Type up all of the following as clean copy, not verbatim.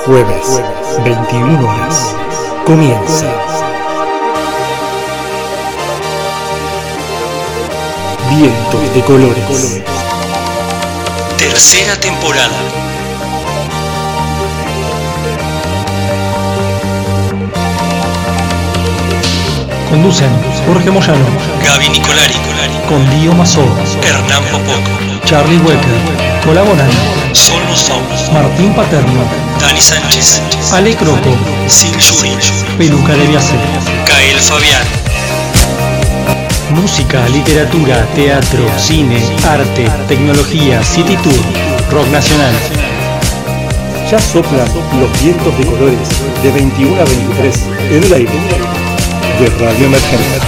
Jueves, 21 horas. Comienza Vientos de Colores. Tercera temporada. Conducen Jorge Moyano, Gaby Nicolari, con Dio Mazó, Hernán Popoco, Charlie Wecker, colaboran Sol Somos, Martín Paterno, Dani Sánchez, Ale Croco, Sil Yuri, Peluca de Viace. Kael Fabián. Música, literatura, teatro, cine, arte, tecnología, city tour, rock nacional. Ya soplan los vientos de colores de 21 a 23 en el aire de Radio Emergente.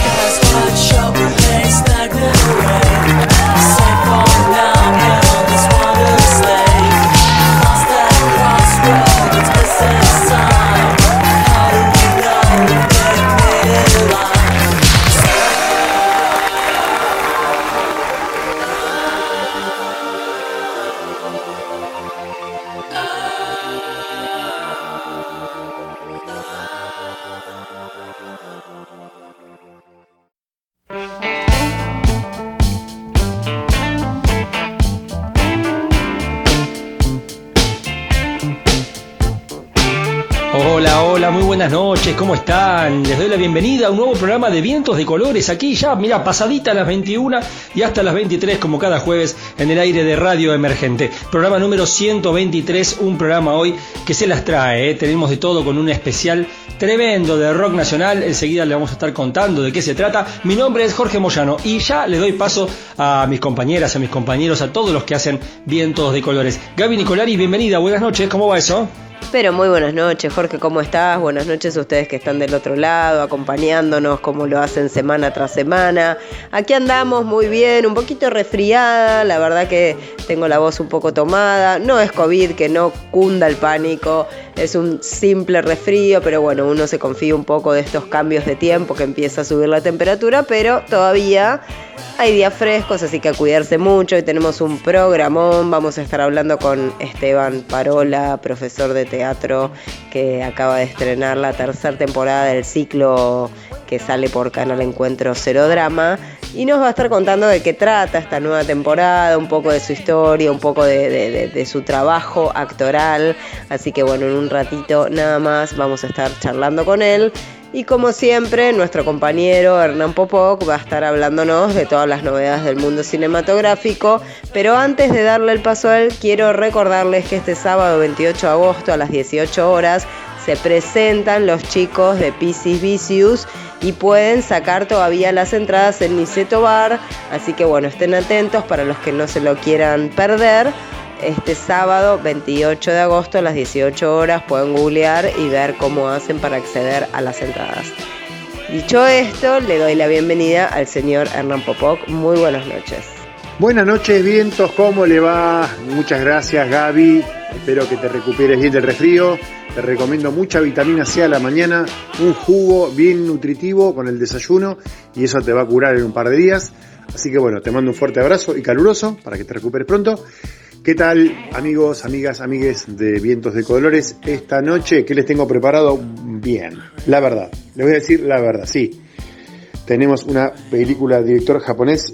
Hola, muy buenas noches, ¿cómo están? Les doy la bienvenida a un nuevo programa de Vientos de Colores, aquí ya, mira, pasadita a las 21 y hasta las 23 como cada jueves en el aire de Radio Emergente. Programa número 123, un programa hoy que se las trae, tenemos de todo con un especial tremendo de rock nacional, enseguida le vamos a estar contando de qué se trata. Mi nombre es Jorge Moyano y ya le doy paso a mis compañeras, a mis compañeros, a todos los que hacen Vientos de Colores. Gaby Nicolari, bienvenida, buenas noches, ¿cómo va eso? Pero muy buenas noches, Jorge, ¿cómo estás? Buenas noches a ustedes que están del otro lado, acompañándonos como lo hacen semana tras semana. Aquí andamos muy bien, un poquito resfriada, la verdad que tengo la voz un poco tomada. No es COVID, que no cunda el pánico, es un simple resfrío, pero bueno, uno se confía un poco de estos cambios de tiempo que empieza a subir la temperatura, pero todavía hay días frescos, así que a cuidarse mucho. Hoy tenemos un programón, vamos a estar hablando con Esteban Parola, profesor de teatro, que acaba de estrenar la tercera temporada del ciclo que sale por Canal Encuentro Cero Drama, y nos va a estar contando de qué trata esta nueva temporada, un poco de su historia, un poco de su trabajo actoral. Así que bueno, en un ratito nada más vamos a estar charlando con él. Y como siempre, nuestro compañero Hernán Popoc va a estar hablándonos de todas las novedades del mundo cinematográfico. Pero antes de darle el paso a él, quiero recordarles que este sábado 28 de agosto a las 18 horas se presentan los chicos de Piscis Vicious y pueden sacar todavía las entradas en Niceto Bar. Así que bueno, estén atentos para los que no se lo quieran perder. Este sábado 28 de agosto a las 18 horas pueden googlear y ver cómo hacen para acceder a las entradas. Dicho esto, le doy la bienvenida al señor Hernán Popoc. Muy buenas noches. Buenas noches, Vientos, ¿cómo le va? Muchas gracias, Gaby. Espero que te recuperes bien del resfrío. Te recomiendo mucha vitamina C a la mañana, un jugo bien nutritivo con el desayuno y eso te va a curar en un par de días. Así que bueno, te mando un fuerte abrazo y caluroso para que te recuperes pronto. ¿Qué tal, amigos, amigas, amigues de Vientos de Colores? Esta noche, ¿qué les tengo preparado? Bien, la verdad, les voy a decir la verdad, sí. Tenemos una película del director japonés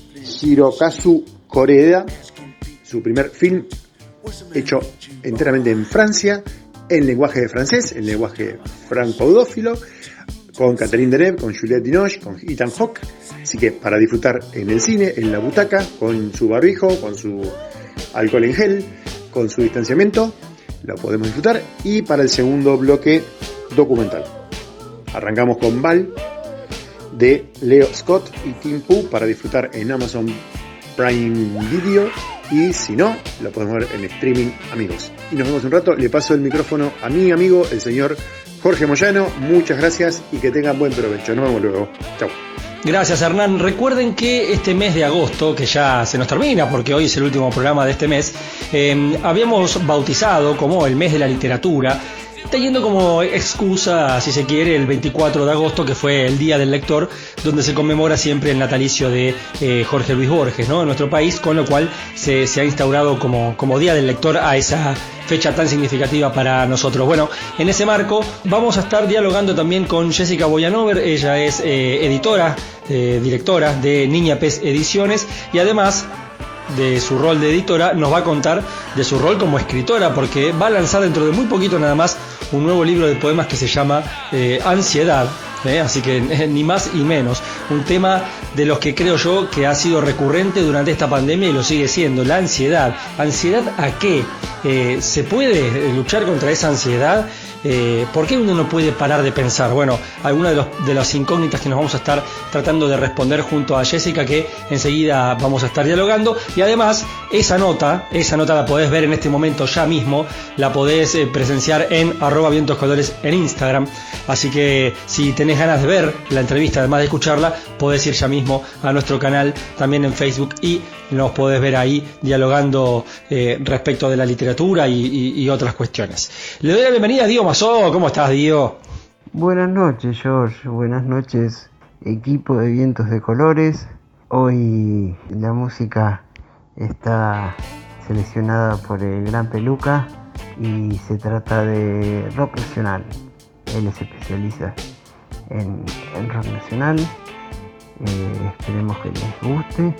Hirokazu Koreeda, su primer film hecho enteramente en Francia, en lenguaje de francés, en lenguaje franco-eudófilo, con Catherine Deneuve, con Juliette Binoche, con Ethan Hawke. Así que para disfrutar en el cine, en la butaca, con su barbijo, con su alcohol en gel, con su distanciamiento, lo podemos disfrutar. Y para el segundo bloque, documental. Arrancamos con Val, de Leo Scott y Tim Pooh, para disfrutar en Amazon Prime Video. Y si no, lo podemos ver en streaming, amigos. Y nos vemos un rato. Le paso el micrófono a mi amigo, el señor Jorge Moyano. Muchas gracias y que tengan buen provecho. Nos vemos luego. Chau. Gracias, Hernán. Recuerden que este mes de agosto, que ya se nos termina porque hoy es el último programa de este mes, habíamos bautizado como el mes de la literatura teniendo como excusa, si se quiere, el 24 de agosto, que fue el Día del Lector, donde se conmemora siempre el natalicio de Jorge Luis Borges, ¿no?, en nuestro país, con lo cual se ha instaurado como Día del Lector a esa fecha tan significativa para nosotros. Bueno, en ese marco vamos a estar dialogando también con Jessica Boyanover. Ella es editora, directora de Niña Pez Ediciones, y además de su rol de editora nos va a contar de su rol como escritora, porque va a lanzar dentro de muy poquito nada más un nuevo libro de poemas que se llama Ansiedad, así que ni más y menos, un tema de los que creo yo que ha sido recurrente durante esta pandemia y lo sigue siendo, la ansiedad. ¿Ansiedad a qué? ¿Se puede luchar contra esa ansiedad? ¿Por qué uno no puede parar de pensar? Bueno, algunas de las incógnitas que nos vamos a estar tratando de responder junto a Jessica, que enseguida vamos a estar dialogando. Y además, esa nota la podés ver en este momento ya mismo, la podés presenciar en @vientoscolores en Instagram. Así que si tenés ganas de ver la entrevista, además de escucharla, podés ir ya mismo a nuestro canal también en Facebook y nos podés ver ahí dialogando respecto de la literatura y otras cuestiones. Le doy la bienvenida a Dio Mazó. ¿Cómo estás, Dio? Buenas noches, George. Buenas noches, equipo de Vientos de Colores. Hoy la música está seleccionada por el Gran Peluca y se trata de rock nacional. Él se especializa en rock nacional. Esperemos que les guste.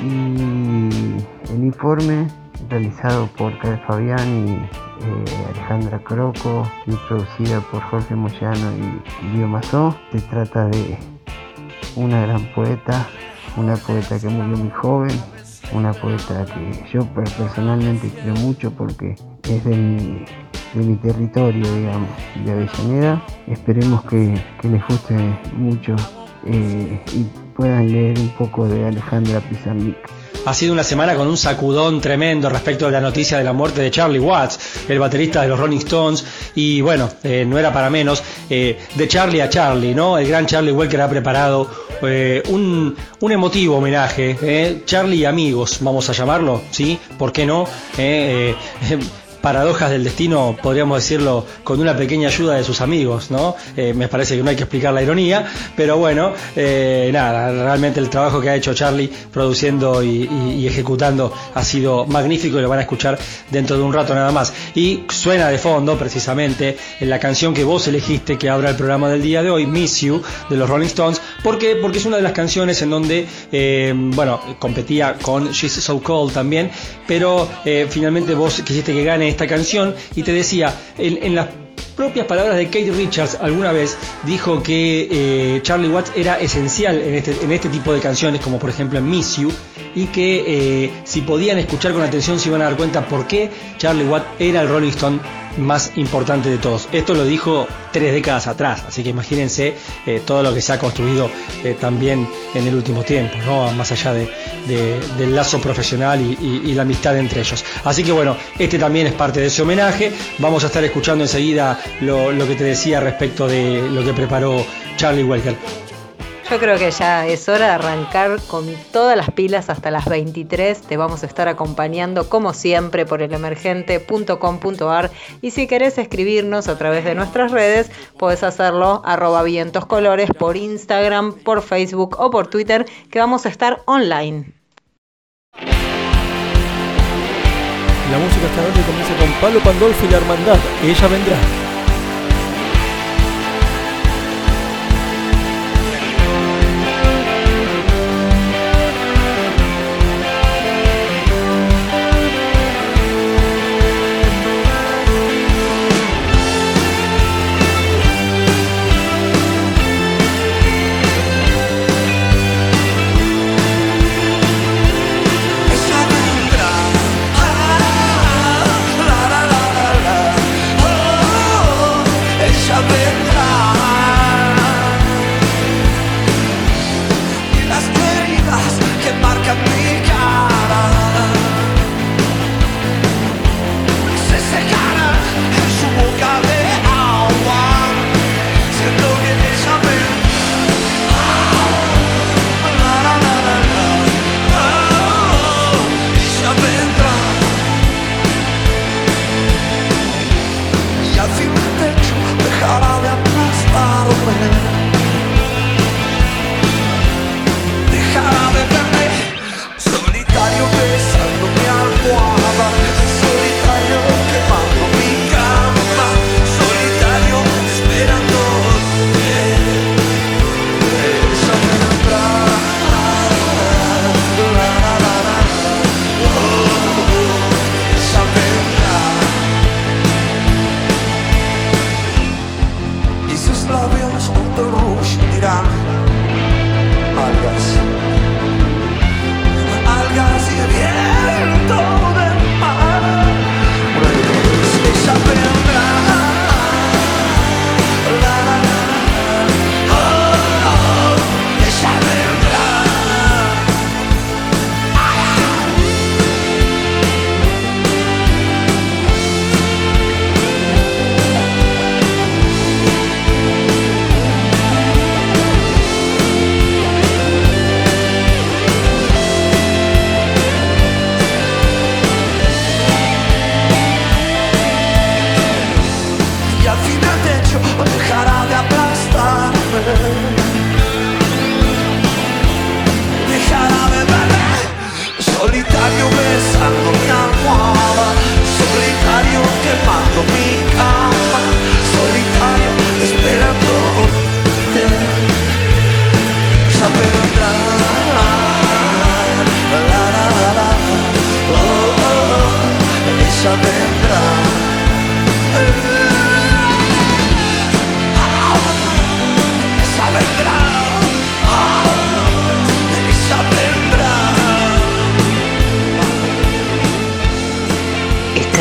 Y el informe realizado por Cael Fabián y Alejandra Croco y producida por Jorge Moyano y Dio Mazó. Se trata de una gran poeta, una poeta que murió muy joven, una poeta que yo personalmente quiero mucho porque es de mi territorio, digamos, de Avellaneda. Esperemos que les guste mucho y puedan leer un poco de Alejandra Pizarnik. Ha sido una semana con un sacudón tremendo respecto a la noticia de la muerte de Charlie Watts, el baterista de los Rolling Stones, y bueno, no era para menos, de Charlie a Charlie, ¿no? El gran Charlie Walker ha preparado un emotivo homenaje, Charlie y amigos, vamos a llamarlo, ¿sí? ¿Por qué no? Paradojas del destino, podríamos decirlo, con una pequeña ayuda de sus amigos, ¿no? Me parece que no hay que explicar la ironía, pero bueno, nada, realmente el trabajo que ha hecho Charlie produciendo y ejecutando ha sido magnífico y lo van a escuchar dentro de un rato nada más. Y suena de fondo, precisamente, en la canción que vos elegiste que abra el programa del día de hoy, Miss You, de los Rolling Stones. ¿Por qué? Porque es una de las canciones en donde, competía con She's So Cold también, pero finalmente vos quisiste que gane esta canción y te decía, en las propias palabras de Keith Richards, alguna vez dijo que Charlie Watts era esencial en este tipo de canciones, como por ejemplo en Miss You, y que si podían escuchar con atención se iban a dar cuenta por qué Charlie Watts era el Rolling Stone más importante de todos. Esto lo dijo 3 décadas atrás, así que imagínense todo lo que se ha construido también en el último tiempo, ¿no? Más allá del lazo profesional y la amistad entre ellos. Así que bueno, este también es parte de ese homenaje. Vamos a estar escuchando enseguida lo que te decía respecto de lo que preparó Charlie Walker. Yo creo que ya es hora de arrancar con todas las pilas hasta las 23. Te vamos a estar acompañando como siempre por elemergente.com.ar y si querés escribirnos a través de nuestras redes, podés hacerlo @vientoscolores por Instagram, por Facebook o por Twitter, que vamos a estar online. La música esta noche comienza con Palo Pandolfo y la Hermandad. Ella vendrá. Ella vendrá, la la la la la, oh.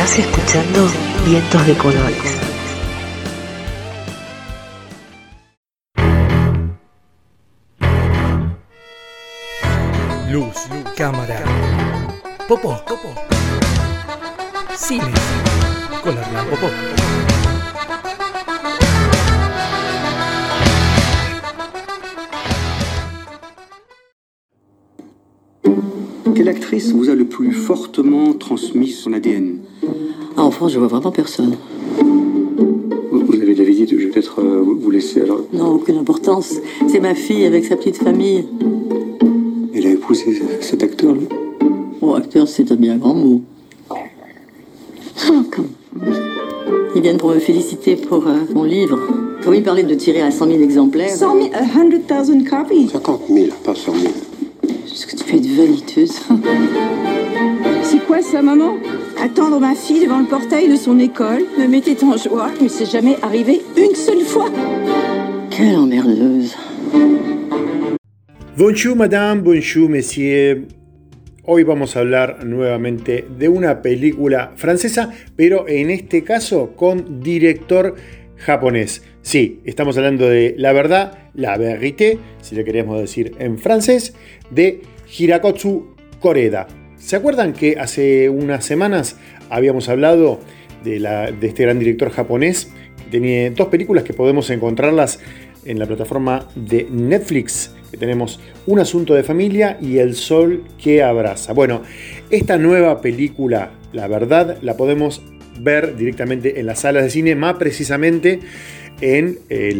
Estás escuchando Vientos de Colores. Luz, cámara, Popó, cine, con Hernán Popó. Quelle actrice vous a le plus fortement transmis son ADN? En France, je vois vraiment personne. Vous avez de la visite, je vais peut-être vous laisser alors. Non, aucune importance. C'est ma fille avec sa petite famille. Elle a épousé cet acteur-là? Oh, acteur, c'est un bien grand mot. Ils viennent pour me féliciter pour mon livre. Quand il parlait de tirer à 100 000 exemplaires... 100 000, 100,000 copies. 50 000, pas 100 000. Est-ce que tu peux être vaniteuse? C'est quoi ça, maman? Attendre ma fille devant le portail de son école me mettait en joie, mais c'est jamais arrivé une seule fois. Quelle emmerdeuse. Bonjour madame, bonjour monsieur. Hoy vamos a hablar nuevamente de una película francesa, pero en este caso con director japonés. Sí, estamos hablando de La Verdad, La Vérité, si le queremos decir en francés, de Hirokazu Koreda. ¿Se acuerdan que hace unas semanas habíamos hablado de este gran director japonés? Tiene dos películas que podemos encontrarlas en la plataforma de Netflix, que tenemos Un asunto de familia y El sol que abraza. Bueno, esta nueva película, La Verdad, la podemos ver directamente en las salas de cine, más precisamente en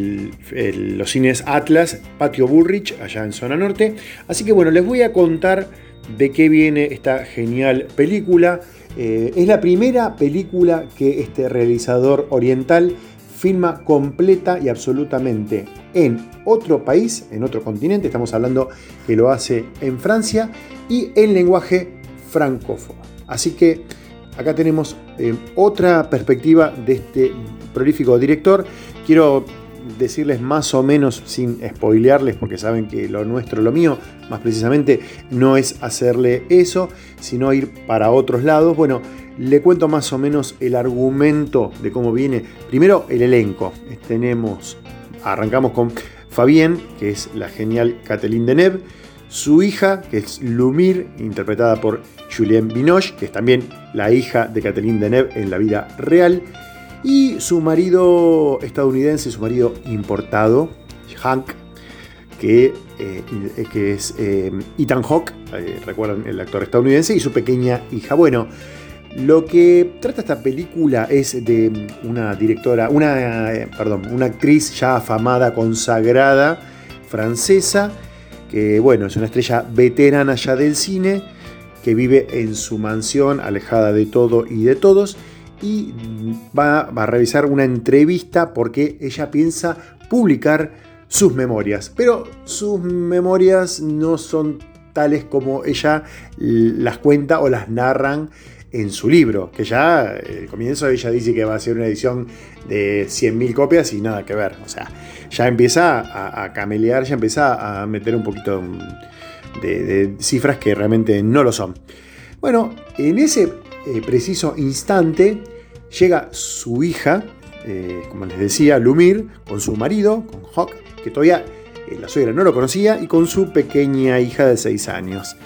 los cines Atlas, Patio Bullrich, allá en zona norte. Así que bueno, les voy a contar de qué viene esta genial película. Es la primera película que este realizador oriental filma completa y absolutamente en otro país, en otro continente. Estamos hablando que lo hace en Francia y en lenguaje francófono. Así que acá tenemos otra perspectiva de este prolífico director. Quiero decirles más o menos, sin spoilearles, porque saben que lo nuestro, lo mío, más precisamente, no es hacerle eso, sino ir para otros lados. Bueno, le cuento más o menos el argumento de cómo viene. Primero, el elenco. Arrancamos con Fabienne, que es la genial Catherine Deneuve, su hija, que es Lumir, interpretada por Juliette Binoche, que es también la hija de Catherine Deneuve en la vida real, y su marido estadounidense, su marido importado, Hank, que es Ethan Hawke, recuerdan, el actor estadounidense, y su pequeña hija. Bueno, lo que trata esta película es de una directora, una actriz ya afamada, consagrada, francesa, que bueno, es una estrella veterana ya del cine, que vive en su mansión, alejada de todo y de todos, y va a realizar una entrevista porque ella piensa publicar sus memorias, pero sus memorias no son tales como ella las cuenta o las narran en su libro, que ya al comienzo ella dice que va a ser una edición de 100.000 copias y nada que ver. O sea, ya empieza a camelear, ya empieza a meter un poquito de cifras que realmente no lo son. Bueno, en ese preciso instante llega su hija, como les decía, Lumir, con su marido, con Hawk, que todavía la suegra no lo conocía, y con su pequeña hija de 6 años.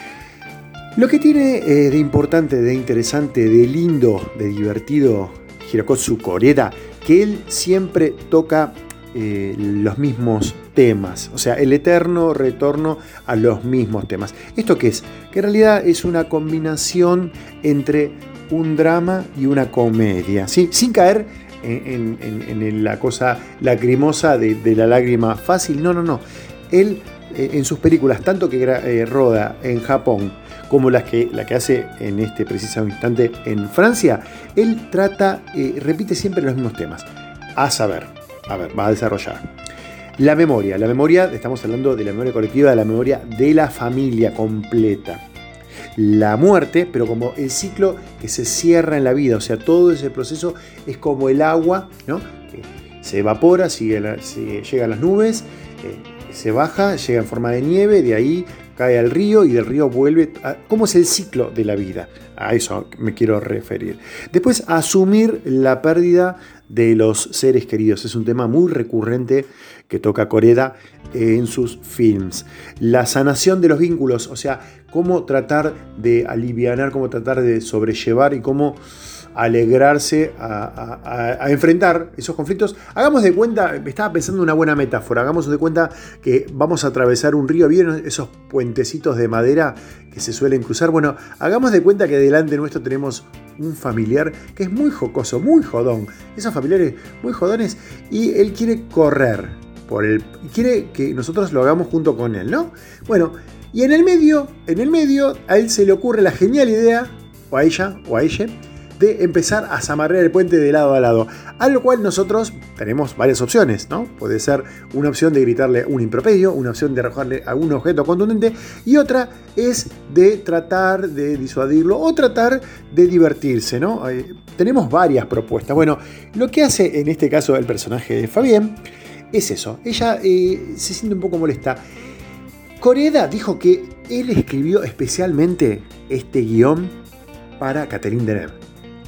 Lo que tiene de importante, de interesante, de lindo, de divertido Hirokazu Koreda, que él siempre toca los mismos temas, o sea, el eterno retorno a los mismos temas. ¿Esto qué es? Que en realidad es una combinación entre un drama y una comedia, ¿sí? Sin caer en la cosa lacrimosa de la lágrima fácil. No. Él en sus películas, tanto que roda en Japón como la que hace en este preciso instante en Francia, él repite siempre los mismos temas. A ver, va a desarrollar. La memoria, estamos hablando de la memoria colectiva, de la memoria de la familia completa. La muerte, pero como el ciclo que se cierra en la vida, o sea, todo ese proceso es como el agua, ¿no? Que se evapora, llega a las nubes, se baja, llega en forma de nieve, de ahí cae al río y del río vuelve. ¿Cómo es el ciclo de la vida? A eso me quiero referir. Después, asumir la pérdida de los seres queridos. Es un tema muy recurrente que toca Koreda en sus films. La sanación de los vínculos, o sea, cómo tratar de alivianar, cómo tratar de sobrellevar y cómo alegrarse a enfrentar esos conflictos. Hagamos de cuenta, estaba pensando en una buena metáfora, hagamos de cuenta que vamos a atravesar un río. ¿Vieron esos puentecitos de madera que se suelen cruzar? Bueno, hagamos de cuenta que delante nuestro tenemos un familiar que es muy jocoso, muy jodón, esos familiares muy jodones, y él quiere correr y quiere que nosotros lo hagamos junto con él, ¿no? Bueno, y en el medio, a él se le ocurre la genial idea, o a ella, de empezar a zamarrear el puente de lado a lado, a lo cual nosotros tenemos varias opciones, ¿no? Puede ser una opción de gritarle un improperio, una opción de arrojarle algún objeto contundente, y otra es de tratar de disuadirlo o tratar de divertirse, ¿no? Tenemos varias propuestas. Bueno, lo que hace en este caso el personaje de Fabienne es eso. Ella se siente un poco molesta. Koreda dijo que él escribió especialmente este guión para Catherine Deneuve.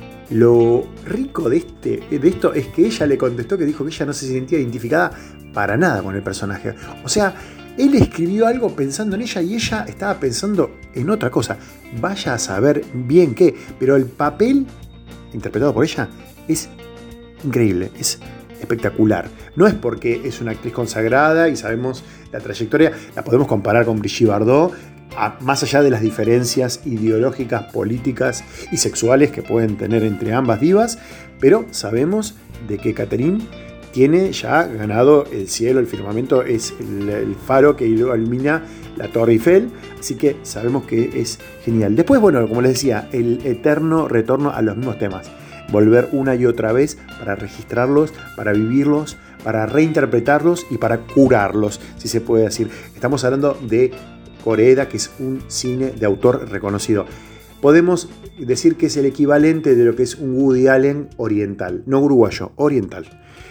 Lo rico de esto es que ella le contestó que dijo que ella no se sentía identificada para nada con el personaje. O sea, él escribió algo pensando en ella y ella estaba pensando en otra cosa. Vaya a saber bien qué. Pero el papel interpretado por ella es increíble, es espectacular. No es porque es una actriz consagrada y sabemos la trayectoria, la podemos comparar con Brigitte Bardot, más allá de las diferencias ideológicas, políticas y sexuales que pueden tener entre ambas divas, pero sabemos de que Catherine tiene ya ganado el cielo, el firmamento, es el faro que ilumina la Torre Eiffel, así que sabemos que es genial. Después, bueno, como les decía, el eterno retorno a los mismos temas, volver una y otra vez para registrarlos, para vivirlos, para reinterpretarlos y para curarlos, si se puede decir. Estamos hablando de Koreda, que es un cine de autor reconocido. Podemos decir que es el equivalente de lo que es un Woody Allen oriental, no uruguayo, oriental.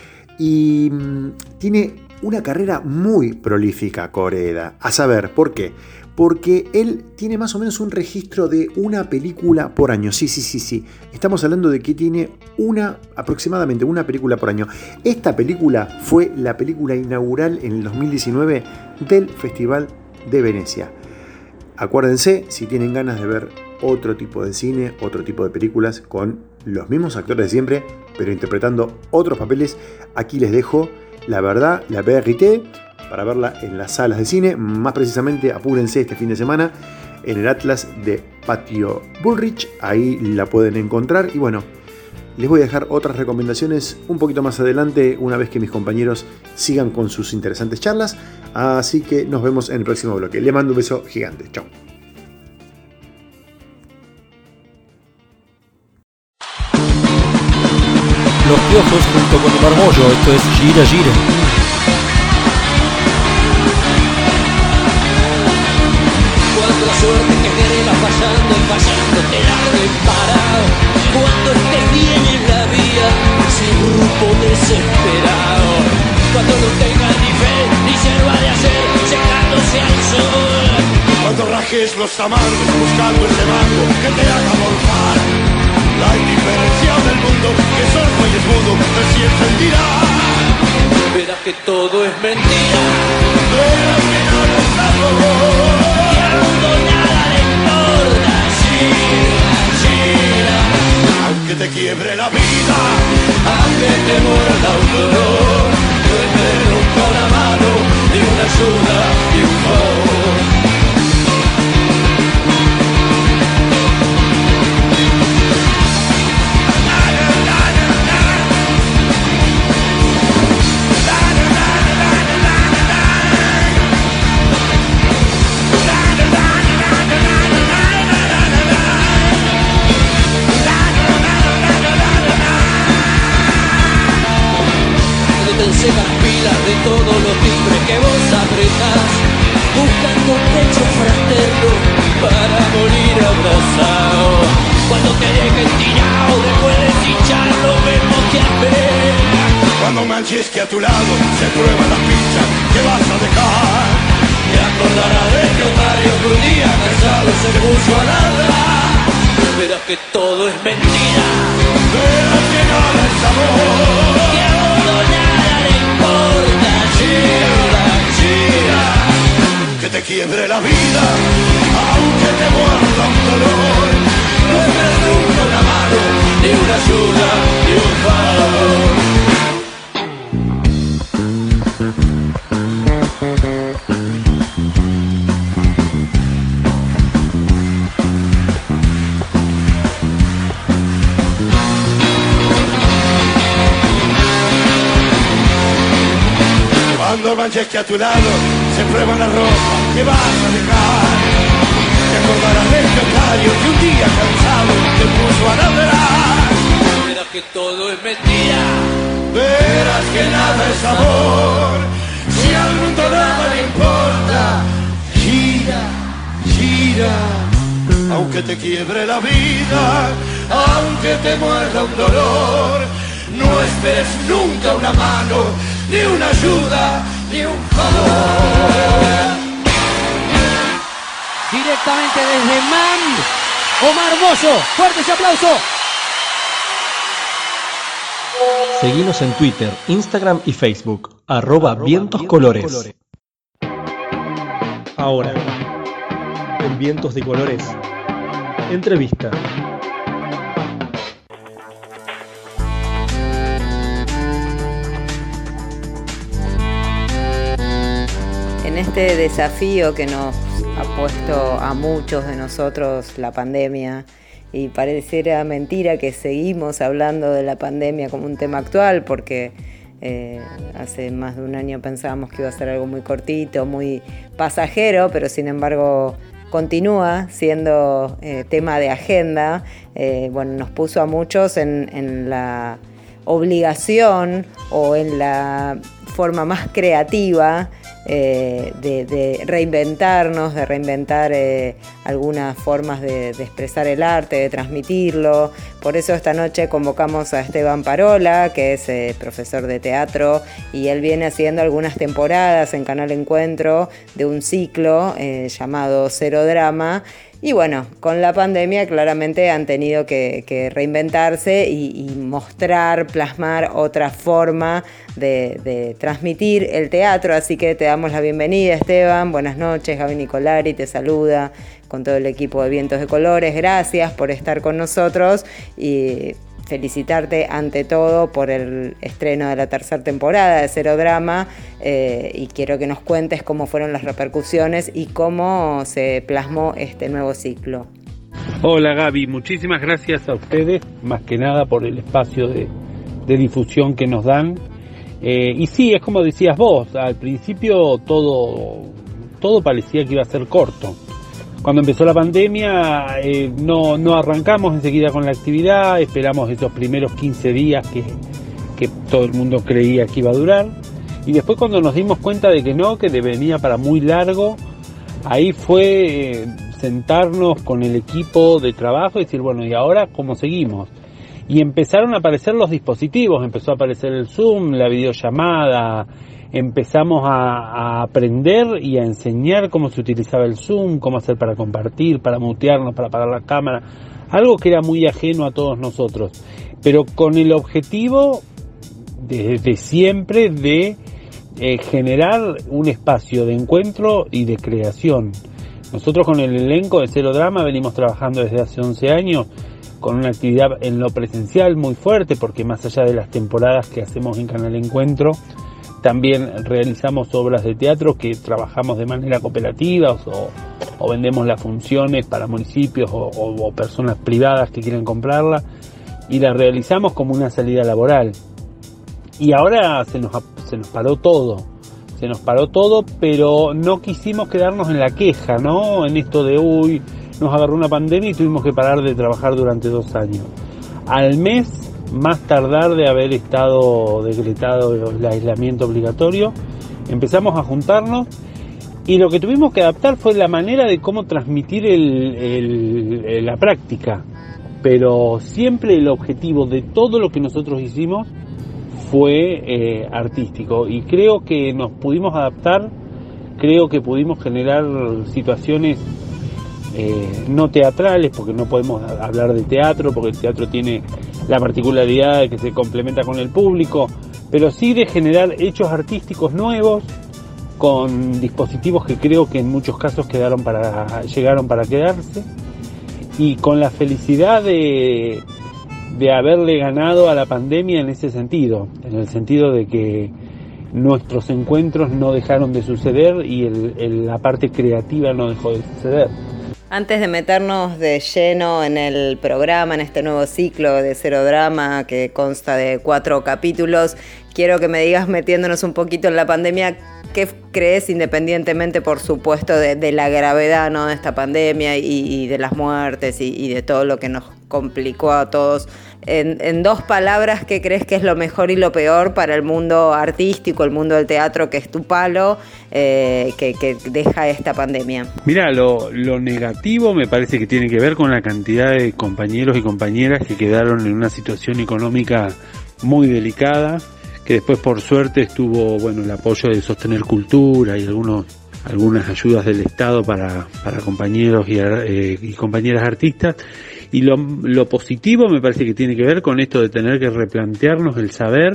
Y tiene una carrera muy prolífica Koreda. A saber, ¿por qué? Porque él tiene más o menos un registro de una película por año. Sí. Estamos hablando de que tiene aproximadamente una película por año. Esta película fue la película inaugural en el 2019 del Festival de Venecia. Acuérdense, si tienen ganas de ver otro tipo de cine, otro tipo de películas con los mismos actores de siempre, pero interpretando otros papeles, aquí les dejo La Verdad, La Vérité, para verla en las salas de cine. Más precisamente, apúrense este fin de semana en el Atlas de Patio Bullrich, ahí la pueden encontrar. Y bueno, les voy a dejar otras recomendaciones un poquito más adelante, una vez que mis compañeros sigan con sus interesantes charlas. Así que nos vemos en el próximo bloque. Les mando un beso gigante. Chao. Los Piojos junto con el Marmollo, esto es Gira Gira. Cuando la suerte que viene va fallando y fallando te la parado. Cuando estés bien en la vía, sin grupo desesperado. Cuando no tengas ni fe ni yerba de hacer, secándose al sol. Cuando rajes los amargos buscando ese mango que te haga morfar. La indiferencia del mundo que sordo y es mudo recién sentirá. Verás que todo es mentira. Verás que nada es algo. Y al mundo nada le importa. Gira, gira. Aunque te quiebre la vida, aunque te muerda un dolor, yo te rompa la mano de una ayuda y un favor. Las pilas de todos los timbres que vos apretás, buscando un pecho fraterno para morir abrazado. Cuando te dejen tirado después de hinchar, lo mismo que hacer. Cuando manches que a tu lado se prueba la pincha que vas a dejar. acordará de que Otario que un día cansado se puso a ladrar. Verás que todo es mentira, verás que nada es amor, que a uno nada le importa. Gira, gira, que te quiebre la vida, aunque te muerda un dolor. No esperes nunca una mano, ni una ayuda, ni un favor. Cuando manches a tu lado se prueba la ropa que vas a dejar, te acordarás del Otario que un día cansado te puso a ladrar. Verás que todo es mentira, verás que nada es amor, si al mundo nada le importa. Gira, gira, aunque te quiebre la vida, aunque te muerda un dolor, no esperes nunca una mano, ni una ayuda, ni un favor. Directamente desde MAM, Omar Mozo. Fuerte ese aplauso. Seguinos en Twitter, Instagram y Facebook, @vientoscolores. Ahora, en Vientos de Colores, entrevista. En este desafío que nos ha puesto a muchos de nosotros la pandemia, y pareciera mentira que seguimos hablando de la pandemia como un tema actual, porque hace más de un año pensábamos que iba a ser algo muy cortito, muy pasajero, pero sin embargo continúa siendo tema de agenda. Bueno, nos puso a muchos en la obligación o en la forma más creativa de reinventarnos, de reinventar algunas formas de expresar el arte, de transmitirlo. Por eso esta noche convocamos a Esteban Parola, que es profesor de teatro, y él viene haciendo algunas temporadas en Canal Encuentro de un ciclo llamado Cero Drama. Y bueno, con la pandemia claramente han tenido que reinventarse y mostrar, plasmar otra forma de transmitir el teatro. Así que te damos la bienvenida, Esteban. Buenas noches, Gaby Nicolari te saluda con todo el equipo de Vientos de Colores. Gracias por estar con nosotros y felicitarte ante todo por el estreno de la tercera temporada de Cero Drama, y quiero que nos cuentes cómo fueron las repercusiones y cómo se plasmó este nuevo ciclo. Hola Gaby, muchísimas gracias a ustedes, más que nada por el espacio de difusión que nos dan. Y sí, es como decías vos, al principio todo parecía que iba a ser corto. Cuando empezó la pandemia no arrancamos enseguida con la actividad, esperamos esos primeros 15 días que todo el mundo creía que iba a durar, y después cuando nos dimos cuenta de que venía para muy largo, ahí fue sentarnos con el equipo de trabajo y decir, bueno, ¿y ahora cómo seguimos? Y empezaron a aparecer los dispositivos, empezó a aparecer el Zoom, la videollamada. Empezamos a aprender y a enseñar cómo se utilizaba el Zoom, cómo hacer para compartir, para mutearnos, para apagar la cámara, algo que era muy ajeno a todos nosotros, pero con el objetivo desde siempre de generar un espacio de encuentro y de creación. Nosotros con el elenco de Cero Drama venimos trabajando desde hace 11 años con una actividad en lo presencial muy fuerte, porque más allá de las temporadas que hacemos en Canal Encuentro, también realizamos obras de teatro que trabajamos de manera cooperativa o vendemos las funciones para municipios o personas privadas que quieren comprarla, y la realizamos como una salida laboral. Y ahora se nos paró todo, pero no quisimos quedarnos en la queja, ¿no? En esto de nos agarró una pandemia y tuvimos que parar de trabajar durante 2 años. Al mes, más tardar de haber estado decretado el aislamiento obligatorio, empezamos a juntarnos, y lo que tuvimos que adaptar fue la manera de cómo transmitir la práctica, pero siempre el objetivo de todo lo que nosotros hicimos fue artístico, y creo que nos pudimos adaptar creo que pudimos generar situaciones no teatrales, porque no podemos hablar de teatro, porque el teatro tiene la particularidad de que se complementa con el público, pero sí de generar hechos artísticos nuevos con dispositivos que creo que en muchos casos llegaron para quedarse, y con la felicidad de haberle ganado a la pandemia en ese sentido, en el sentido de que nuestros encuentros no dejaron de suceder y la parte creativa no dejó de suceder. Antes de meternos de lleno en el programa, en este nuevo ciclo de Cero Drama que consta de 4 capítulos, quiero que me digas, metiéndonos un poquito en la pandemia, ¿qué crees, independientemente, por supuesto, de la gravedad, ¿no?, de esta pandemia y de las muertes y de todo lo que nos complicó a todos? En 2 palabras, ¿qué crees que es lo mejor y lo peor para el mundo artístico, el mundo del teatro, que es tu palo, que deja esta pandemia? Mira, lo negativo me parece que tiene que ver con la cantidad de compañeros y compañeras que quedaron en una situación económica muy delicada, que después por suerte estuvo, bueno, el apoyo de Sostener Cultura y algunas ayudas del Estado para compañeros y compañeras artistas. Y lo positivo me parece que tiene que ver con esto de tener que replantearnos el saber,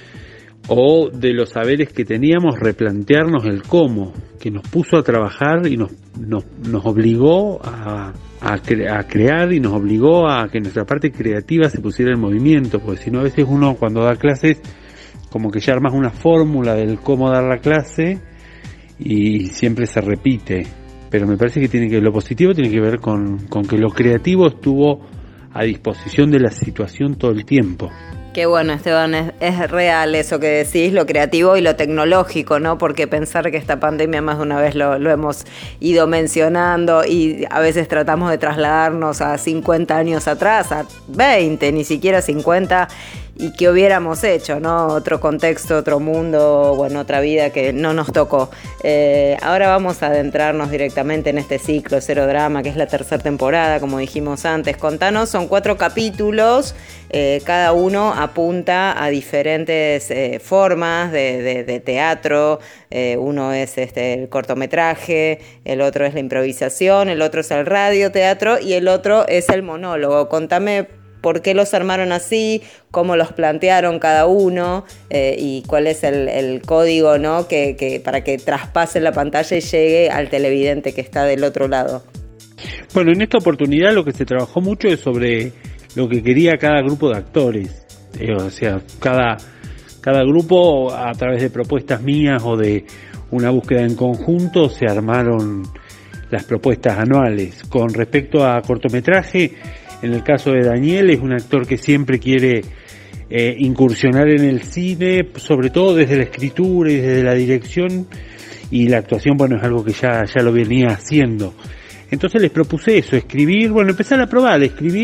o de los saberes que teníamos, replantearnos el cómo, que nos puso a trabajar y nos obligó a crear, y nos obligó a que nuestra parte creativa se pusiera en movimiento, porque si no, a veces uno cuando da clases como que ya armas una fórmula del cómo dar la clase y siempre se repite. Pero me parece que lo positivo tiene que ver con que lo creativo estuvo a disposición de la situación todo el tiempo. Qué bueno, Esteban, es real eso que decís, lo creativo y lo tecnológico, ¿no? Porque pensar que esta pandemia más de una vez lo hemos ido mencionando, y a veces tratamos de trasladarnos a 50 años atrás, a 20, ni siquiera 50, y qué hubiéramos hecho, ¿no? Otro contexto, otro mundo, bueno, otra vida que no nos tocó. Ahora vamos a adentrarnos directamente en este ciclo Cero Drama, que es la 3ª temporada, como dijimos antes. Contanos, son 4 capítulos, cada uno apunta a diferentes formas de teatro. Uno es el cortometraje, el otro es la improvisación, el otro es el radioteatro y el otro es el monólogo. Contame por qué los armaron así, cómo los plantearon cada uno, y cuál es el código, ¿no?, que para que traspase la pantalla y llegue al televidente que está del otro lado. Bueno, en esta oportunidad lo que se trabajó mucho es sobre lo que quería cada grupo de actores. O sea, cada grupo, a través de propuestas mías o de una búsqueda en conjunto, se armaron las propuestas anuales. Con respecto a cortometraje, en el caso de Daniel, es un actor que siempre quiere incursionar en el cine, sobre todo desde la escritura y desde la dirección, y la actuación, bueno, es algo que ya lo venía haciendo. Entonces les propuse eso, escribir, bueno, empezar a probar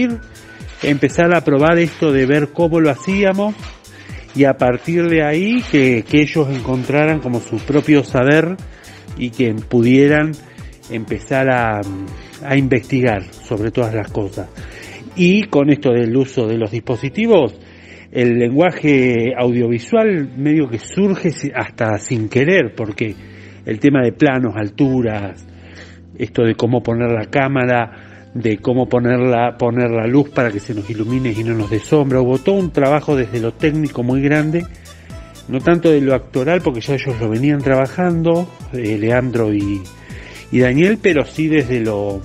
esto de ver cómo lo hacíamos, y a partir de ahí que ellos encontraran como su propio saber y que pudieran empezar a investigar sobre todas las cosas. Y con esto del uso de los dispositivos, el lenguaje audiovisual medio que surge hasta sin querer, porque el tema de planos, alturas, esto de cómo poner la cámara, de cómo poner la luz para que se nos ilumine y no nos dé sombra, hubo todo un trabajo desde lo técnico muy grande, no tanto de lo actoral, porque ya ellos lo venían trabajando, Leandro y Daniel, pero sí desde lo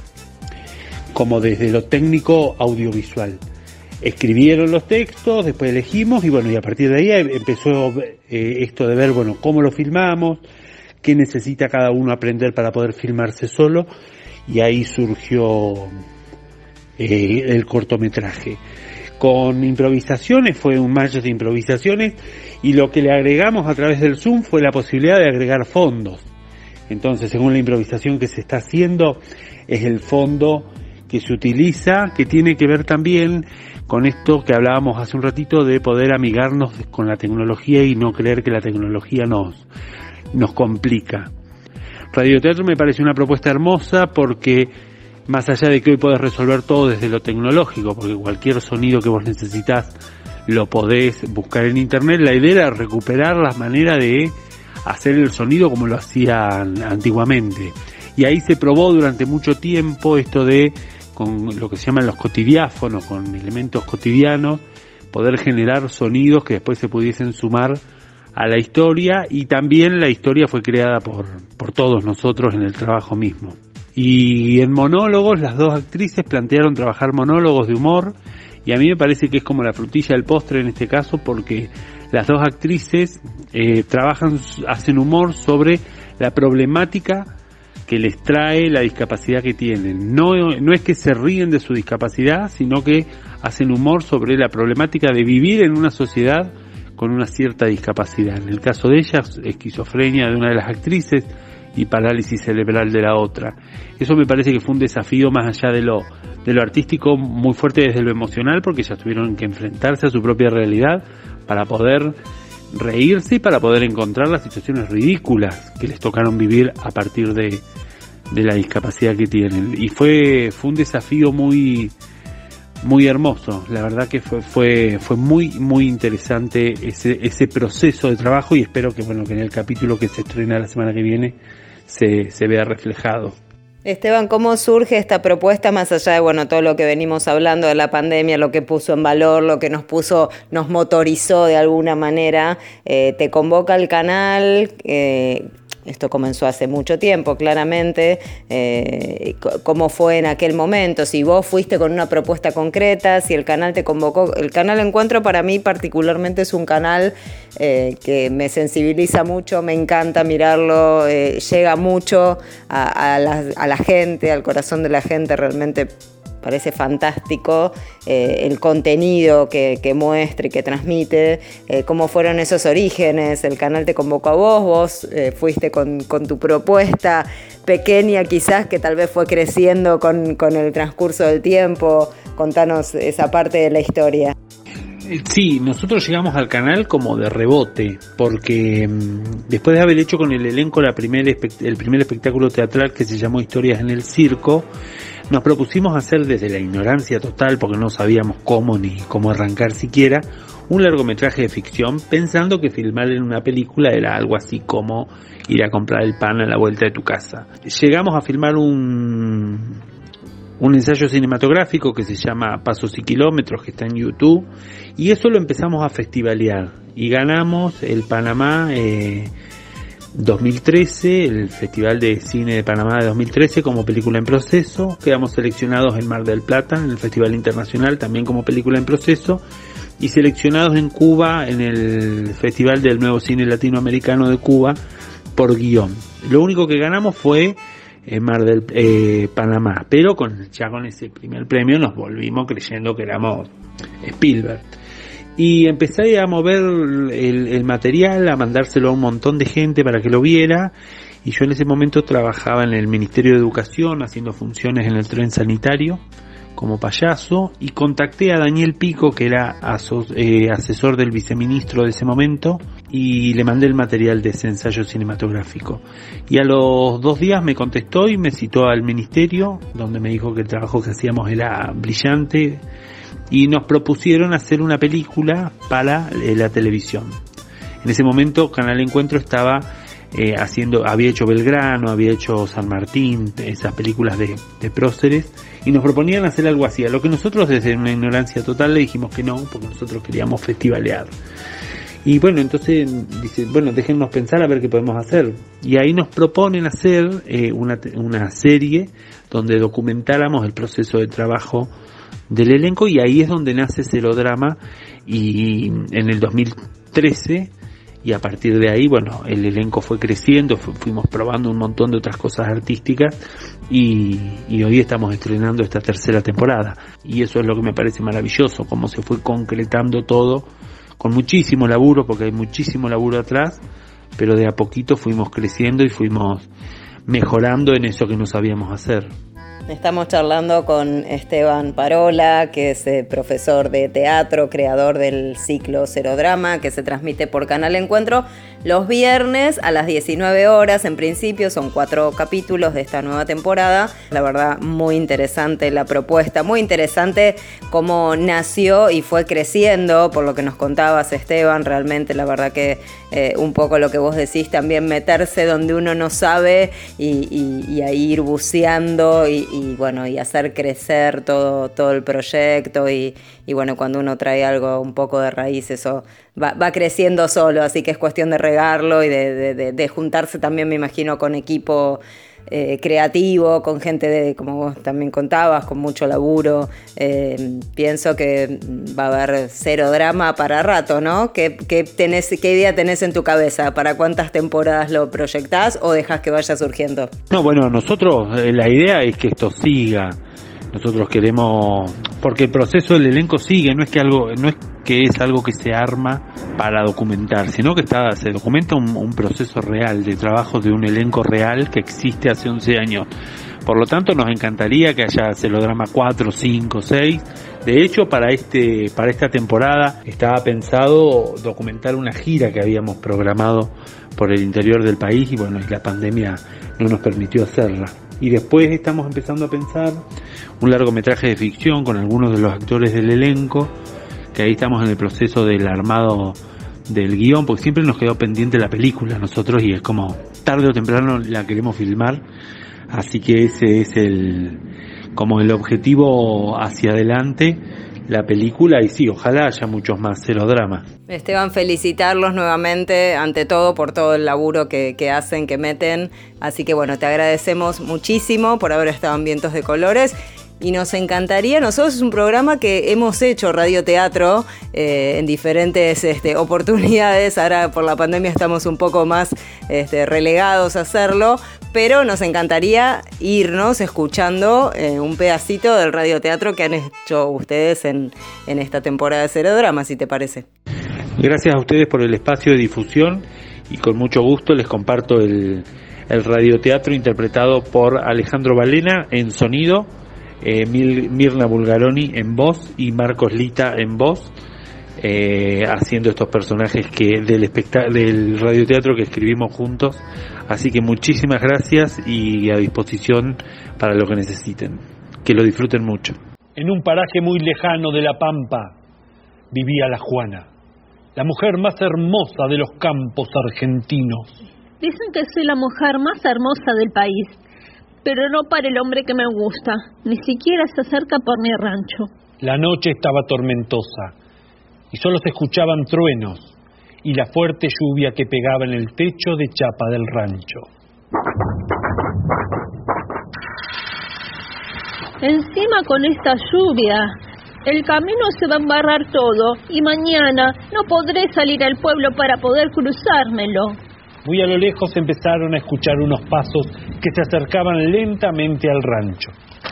técnico audiovisual. Escribieron los textos, después elegimos, y bueno, y a partir de ahí empezó esto de ver, bueno, cómo lo filmamos, qué necesita cada uno aprender para poder filmarse solo, y ahí surgió el cortometraje. Con improvisaciones, fue un match de improvisaciones, y lo que le agregamos a través del Zoom fue la posibilidad de agregar fondos. Entonces, según la improvisación que se está haciendo, es el fondo que se utiliza, que tiene que ver también con esto que hablábamos hace un ratito de poder amigarnos con la tecnología y no creer que la tecnología nos complica. Radioteatro me parece una propuesta hermosa porque, más allá de que hoy podés resolver todo desde lo tecnológico, porque cualquier sonido que vos necesitas lo podés buscar en internet, la idea era recuperar la manera de hacer el sonido como lo hacían antiguamente. Y ahí se probó durante mucho tiempo esto de, con lo que se llaman los cotidiáfonos, con elementos cotidianos, poder generar sonidos que después se pudiesen sumar a la historia, y también la historia fue creada por todos nosotros en el trabajo mismo. Y en monólogos, las dos actrices plantearon trabajar monólogos de humor, y a mí me parece que es como la frutilla del postre en este caso, porque las dos actrices hacen humor sobre la problemática que les trae la discapacidad que tienen. No es que se ríen de su discapacidad, sino que hacen humor sobre la problemática de vivir en una sociedad con una cierta discapacidad. En el caso de ellas, esquizofrenia de una de las actrices y parálisis cerebral de la otra. Eso me parece que fue un desafío más allá de lo artístico, muy fuerte desde lo emocional, porque ellas tuvieron que enfrentarse a su propia realidad para poder reírse y para poder encontrar las situaciones ridículas que les tocaron vivir a partir de la discapacidad que tienen. Y fue un desafío muy hermoso. La verdad que fue muy interesante ese proceso de trabajo, y espero que en el capítulo que se estrena la semana que viene se vea reflejado. Esteban, ¿cómo surge esta propuesta más allá de todo lo que venimos hablando de la pandemia, lo que puso en valor, lo que nos motorizó de alguna manera? Te convoca el canal, esto comenzó hace mucho tiempo, claramente. ¿Cómo fue en aquel momento? Si vos fuiste con una propuesta concreta, si el canal te convocó. El canal Encuentro para mí particularmente es un canal que me sensibiliza mucho, me encanta mirarlo, llega mucho a la gente, al corazón de la gente, realmente parece fantástico el contenido que muestra y que transmite, cómo fueron esos orígenes. El canal te convocó a vos fuiste con tu propuesta pequeña quizás, que tal vez fue creciendo con el transcurso del tiempo. Contanos esa parte de la historia. Sí, nosotros llegamos al canal como de rebote, porque después de haber hecho con el elenco el primer espectáculo teatral que se llamó Historias en el Circo, nos propusimos hacer desde la ignorancia total, porque no sabíamos cómo ni cómo arrancar siquiera, un largometraje de ficción, pensando que filmar en una película era algo así como ir a comprar el pan a la vuelta de tu casa. Llegamos a filmar un ensayo cinematográfico que se llama Pasos y Kilómetros, que está en YouTube, y eso lo empezamos a festivalear, y ganamos el Panamá 2013, el Festival de Cine de Panamá de 2013 como película en proceso. Quedamos seleccionados en Mar del Plata, en el Festival Internacional, también como película en proceso, y seleccionados en Cuba, en el Festival del Nuevo Cine Latinoamericano de Cuba, por guión. Lo único que ganamos fue Panamá, pero ya con ese primer premio nos volvimos creyendo que éramos Spielberg. Y empecé a mover el material, a mandárselo a un montón de gente para que lo viera, y yo en ese momento trabajaba en el Ministerio de Educación haciendo funciones en el tren sanitario como payaso, y contacté a Daniel Pico, que era asesor del viceministro de ese momento, y le mandé el material de ese ensayo cinematográfico, y a los 2 días me contestó y me citó al ministerio, donde me dijo que el trabajo que hacíamos era brillante, y nos propusieron hacer una película para la televisión. En ese momento Canal Encuentro estaba había hecho Belgrano, había hecho San Martín, esas películas de próceres, y nos proponían hacer algo así, a lo que nosotros desde una ignorancia total le dijimos que no, porque nosotros queríamos festivalear. Y entonces dice, déjennos pensar a ver qué podemos hacer. Y ahí nos proponen hacer una serie donde documentáramos el proceso de trabajo del elenco, y ahí es donde nace Celodrama, y en el 2013, y a partir de ahí, el elenco fue creciendo, fuimos probando un montón de otras cosas artísticas, y hoy estamos estrenando esta 3ª temporada, y eso es lo que me parece maravilloso, cómo se fue concretando todo, con muchísimo laburo, porque hay muchísimo laburo atrás, pero de a poquito fuimos creciendo y fuimos mejorando en eso que no sabíamos hacer. Estamos charlando con Esteban Parola, que es profesor de teatro, creador del ciclo Cero Drama, que se transmite por Canal Encuentro los viernes a las 19 horas. En principio son 4 capítulos de esta nueva temporada. La verdad, muy interesante la propuesta, muy interesante cómo nació y fue creciendo, por lo que nos contabas, Esteban. Realmente, la verdad que un poco lo que vos decís, también meterse donde uno no sabe y ahí ir buceando y bueno, y hacer crecer todo el proyecto y bueno, cuando uno trae algo un poco de raíz, eso va creciendo solo, así que es cuestión de regarlo y de juntarse también, me imagino, con equipo creativo, con gente como vos también contabas, con mucho laburo. Pienso que va a haber Cero Drama para rato, ¿no? ¿Qué idea tenés en tu cabeza? ¿Para cuántas temporadas lo proyectás o dejás que vaya surgiendo? No, bueno, nosotros la idea es que esto siga. Nosotros queremos, porque el proceso del elenco sigue, no es que es algo que se arma para documentar, sino que se documenta un proceso real de trabajo de un elenco real que existe hace 11 años. Por lo tanto, nos encantaría que haya Celodrama 4, 5, 6. De hecho, para esta temporada estaba pensado documentar una gira que habíamos programado por el interior del país y bueno, la pandemia no nos permitió hacerla. Y después estamos empezando a pensar un largometraje de ficción con algunos de los actores del elenco, que ahí estamos en el proceso del armado del guión, porque siempre nos quedó pendiente la película nosotros y es como tarde o temprano la queremos filmar, así que ese es el objetivo hacia adelante, la película, y sí, ojalá haya muchos más Celodramas. Esteban, felicitarlos nuevamente, ante todo, por todo el laburo que hacen, que meten. Así que bueno, te agradecemos muchísimo por haber estado en Vientos de Colores. Y nos encantaría, nosotros es un programa que hemos hecho radioteatro en diferentes oportunidades. Ahora por la pandemia estamos un poco más relegados a hacerlo, pero nos encantaría irnos escuchando un pedacito del radioteatro que han hecho ustedes en esta temporada de Cero Drama, si te parece. Gracias a ustedes por el espacio de difusión y con mucho gusto les comparto el radioteatro interpretado por Alejandro Balena en sonido, Mirna Bulgaroni en voz y Marcos Lita en voz, haciendo estos personajes del radioteatro que escribimos juntos. Así que muchísimas gracias y a disposición para lo que necesiten. Que lo disfruten mucho. En un paraje muy lejano de La Pampa vivía la Juana, la mujer más hermosa de los campos argentinos. Dicen que soy la mujer más hermosa del país, pero no para el hombre que me gusta, ni siquiera se acerca por mi rancho. La noche estaba tormentosa y solo se escuchaban truenos y la fuerte lluvia que pegaba en el techo de chapa del rancho. Encima con esta lluvia, el camino se va a embarrar todo y mañana no podré salir al pueblo para poder cruzármelo. Muy a lo lejos empezaron a escuchar unos pasos que se acercaban lentamente al rancho.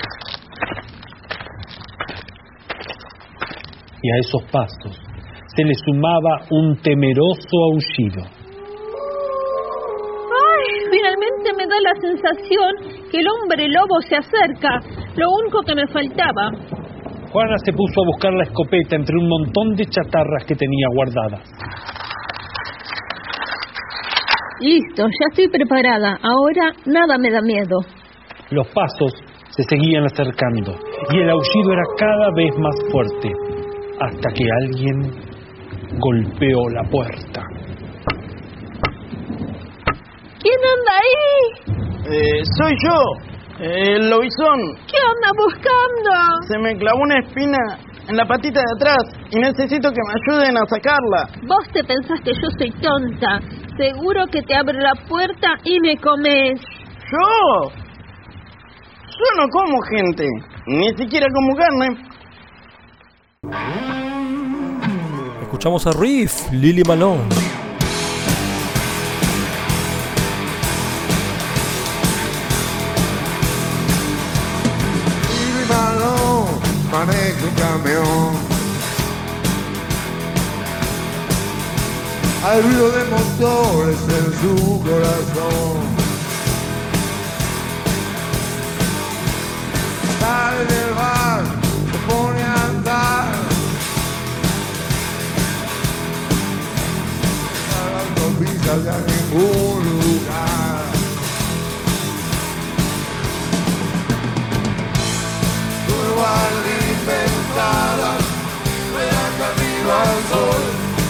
Y a esos pasos se le sumaba un temeroso aullido. ¡Ay! Finalmente me da la sensación que el hombre lobo se acerca, lo único que me faltaba. Juana se puso a buscar la escopeta entre un montón de chatarras que tenía guardadas. Listo, ya estoy preparada. Ahora nada me da miedo. Los pasos se seguían acercando y el aullido era cada vez más fuerte, hasta que alguien golpeó la puerta. ¿Quién anda ahí? Soy yo, el lobizón. ¿Qué anda buscando? Se me clavó una espina en la patita de atrás y necesito que me ayuden a sacarla. Vos te pensás que yo soy tonta. Seguro que te abro la puerta y me comes. ¿Yo? Yo no como gente, ni siquiera como carne. Escuchamos a Riff, Lili Malone. Lili Malone maneja un camión. Hay ruido de motores en su corazón. sale del bar, se pone a andar. A la autopista de a ningún lugar. Turba alimentada, rueda camino al sol.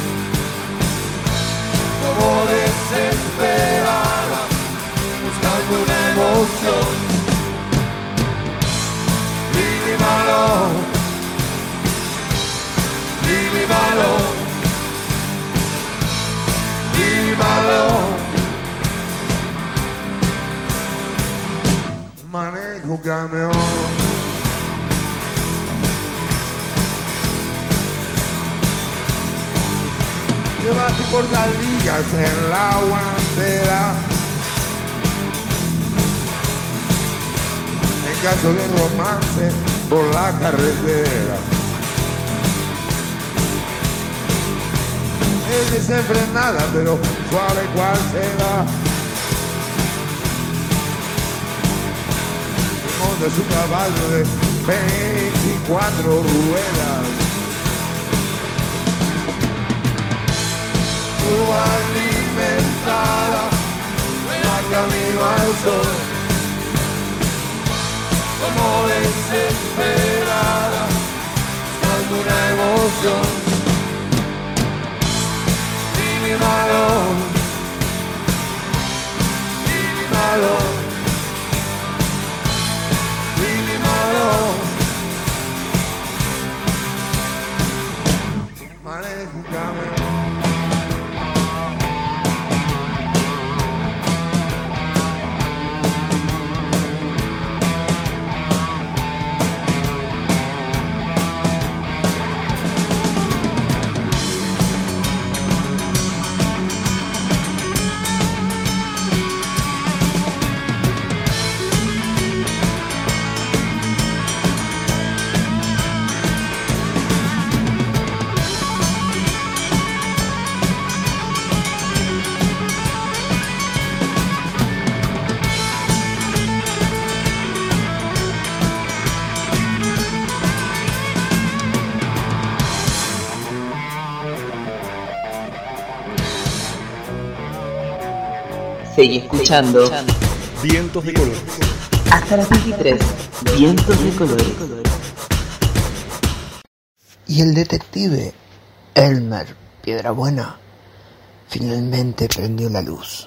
Como desesperada, buscando una emoción. Lili Marlon, Lili Marlon, Lili Marlon. Manejo un camión. Llevaste portadillas en la guantera. En caso de romance por la carretera. Es desenfrenada pero suave cual será. Monta su caballo de 24 ruedas. Alimentada, va camino al sol, como desesperada, buscando una emoción. Lili Marlon, Lili Marlon, Lili Marlon. Manejo un camión. Seguí escuchando Vientos de colores. Hasta las 23. Vientos de colores. Y el detective Elmer Piedrabuena finalmente prendió la luz.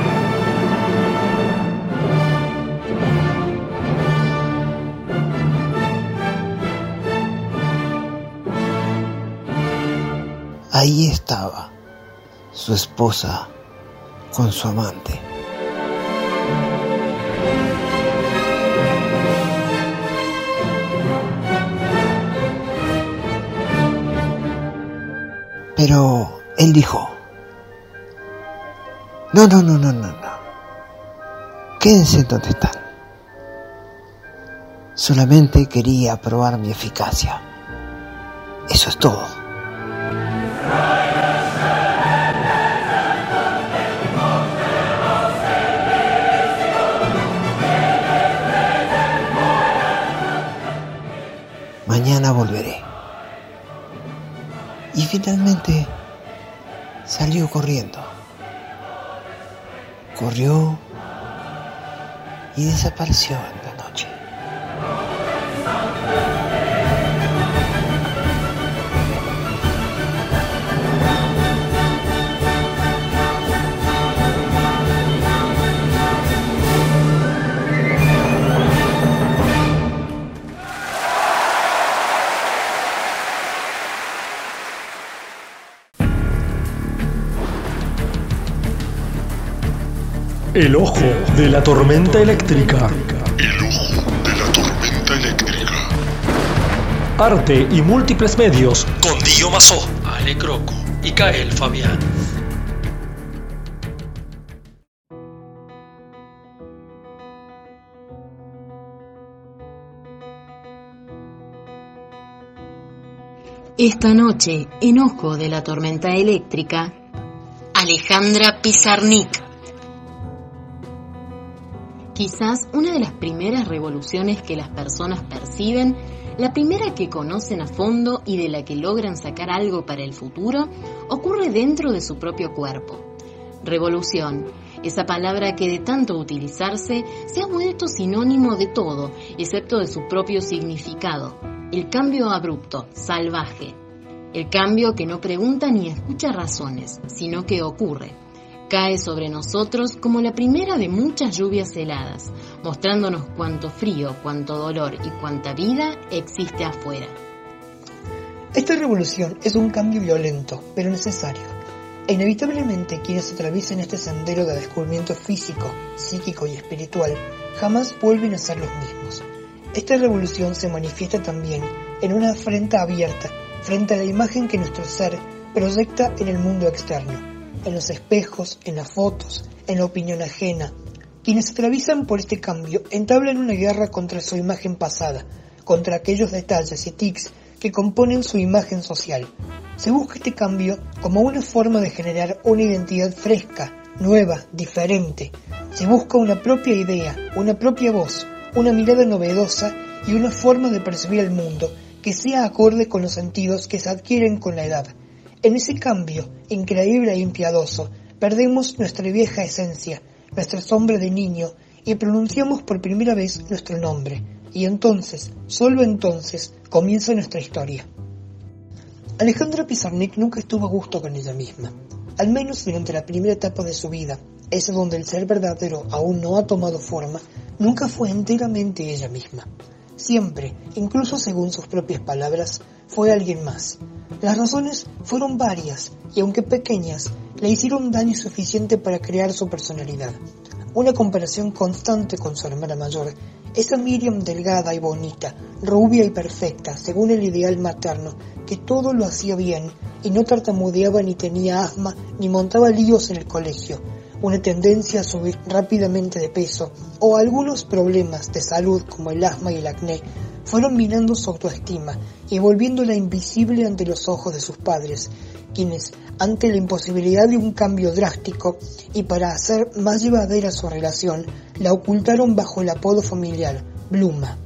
Ahí estaba su esposa con su amante. Pero él dijo, no. Quédense donde están. Solamente quería probar mi eficacia. Eso es todo. Mañana volveré. Y finalmente salió corriendo. Corrió y desapareció en la noche. El ojo de la tormenta eléctrica. El ojo de la tormenta eléctrica. Arte y múltiples medios. Con Dio Mazó, Ale Croco y Kael Fabián. Esta noche, en Ojo de la tormenta eléctrica, Alejandra Pizarnik. Quizás una de las primeras revoluciones que las personas perciben, la primera que conocen a fondo y de la que logran sacar algo para el futuro, ocurre dentro de su propio cuerpo. Revolución, esa palabra que de tanto utilizarse se ha vuelto sinónimo de todo, excepto de su propio significado. El cambio abrupto, salvaje. El cambio que no pregunta ni escucha razones, sino que ocurre. Cae sobre nosotros como la primera de muchas lluvias heladas, mostrándonos cuánto frío, cuánto dolor y cuánta vida existe afuera. Esta revolución es un cambio violento, pero necesario. E inevitablemente quienes atraviesen este sendero de descubrimiento físico, psíquico y espiritual jamás vuelven a ser los mismos. Esta revolución se manifiesta también en una afrenta abierta frente a la imagen que nuestro ser proyecta en el mundo externo, en los espejos, en las fotos, en la opinión ajena. Quienes atraviesan por este cambio entablan una guerra contra su imagen pasada, contra aquellos detalles y tics que componen su imagen social. Se busca este cambio como una forma de generar una identidad fresca, nueva, diferente. Se busca una propia idea, una propia voz, una mirada novedosa y una forma de percibir el mundo que sea acorde con los sentidos que se adquieren con la edad. En ese cambio, increíble e impiadoso, perdemos nuestra vieja esencia, nuestra sombra de niño, y pronunciamos por primera vez nuestro nombre. Y entonces, solo entonces, comienza nuestra historia. Alejandra Pizarnik nunca estuvo a gusto con ella misma, al menos durante la primera etapa de su vida, esa donde el ser verdadero aún no ha tomado forma, nunca fue enteramente ella misma. Siempre, incluso según sus propias palabras, fue alguien más. Las razones fueron varias y, aunque pequeñas, le hicieron daño suficiente para crear su personalidad. Una comparación constante con su hermana mayor, esa Miriam delgada y bonita, rubia y perfecta, según el ideal materno, que todo lo hacía bien y no tartamudeaba ni tenía asma ni montaba líos en el colegio, una tendencia a subir rápidamente de peso o algunos problemas de salud como el asma y el acné, fueron minando su autoestima y volviéndola invisible ante los ojos de sus padres, quienes, ante la imposibilidad de un cambio drástico y para hacer más llevadera su relación, la ocultaron bajo el apodo familiar, Bluma.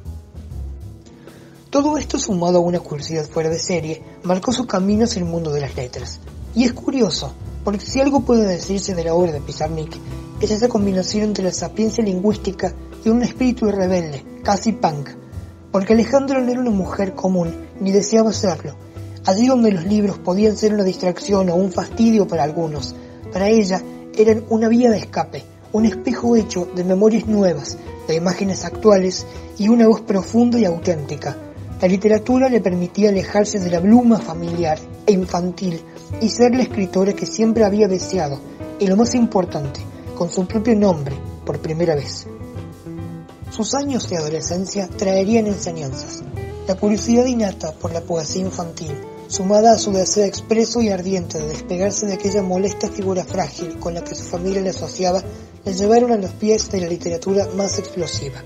Todo esto, sumado a una curiosidad fuera de serie, marcó su camino hacia el mundo de las letras. Y es curioso, porque si algo puede decirse de la obra de Pizarnik, es esa combinación entre la sapiencia lingüística y un espíritu rebelde, casi punk. Porque Alejandra no era una mujer común, ni deseaba serlo. Allí donde los libros podían ser una distracción o un fastidio para algunos, para ella eran una vía de escape, un espejo hecho de memorias nuevas, de imágenes actuales y una voz profunda y auténtica. La literatura le permitía alejarse de la Bluma familiar e infantil y ser la escritora que siempre había deseado, y lo más importante, con su propio nombre, por primera vez. Sus años de adolescencia traerían enseñanzas. La curiosidad innata por la poesía infantil, sumada a su deseo expreso y ardiente de despegarse de aquella molesta figura frágil con la que su familia le asociaba, le llevaron a los pies de la literatura más explosiva.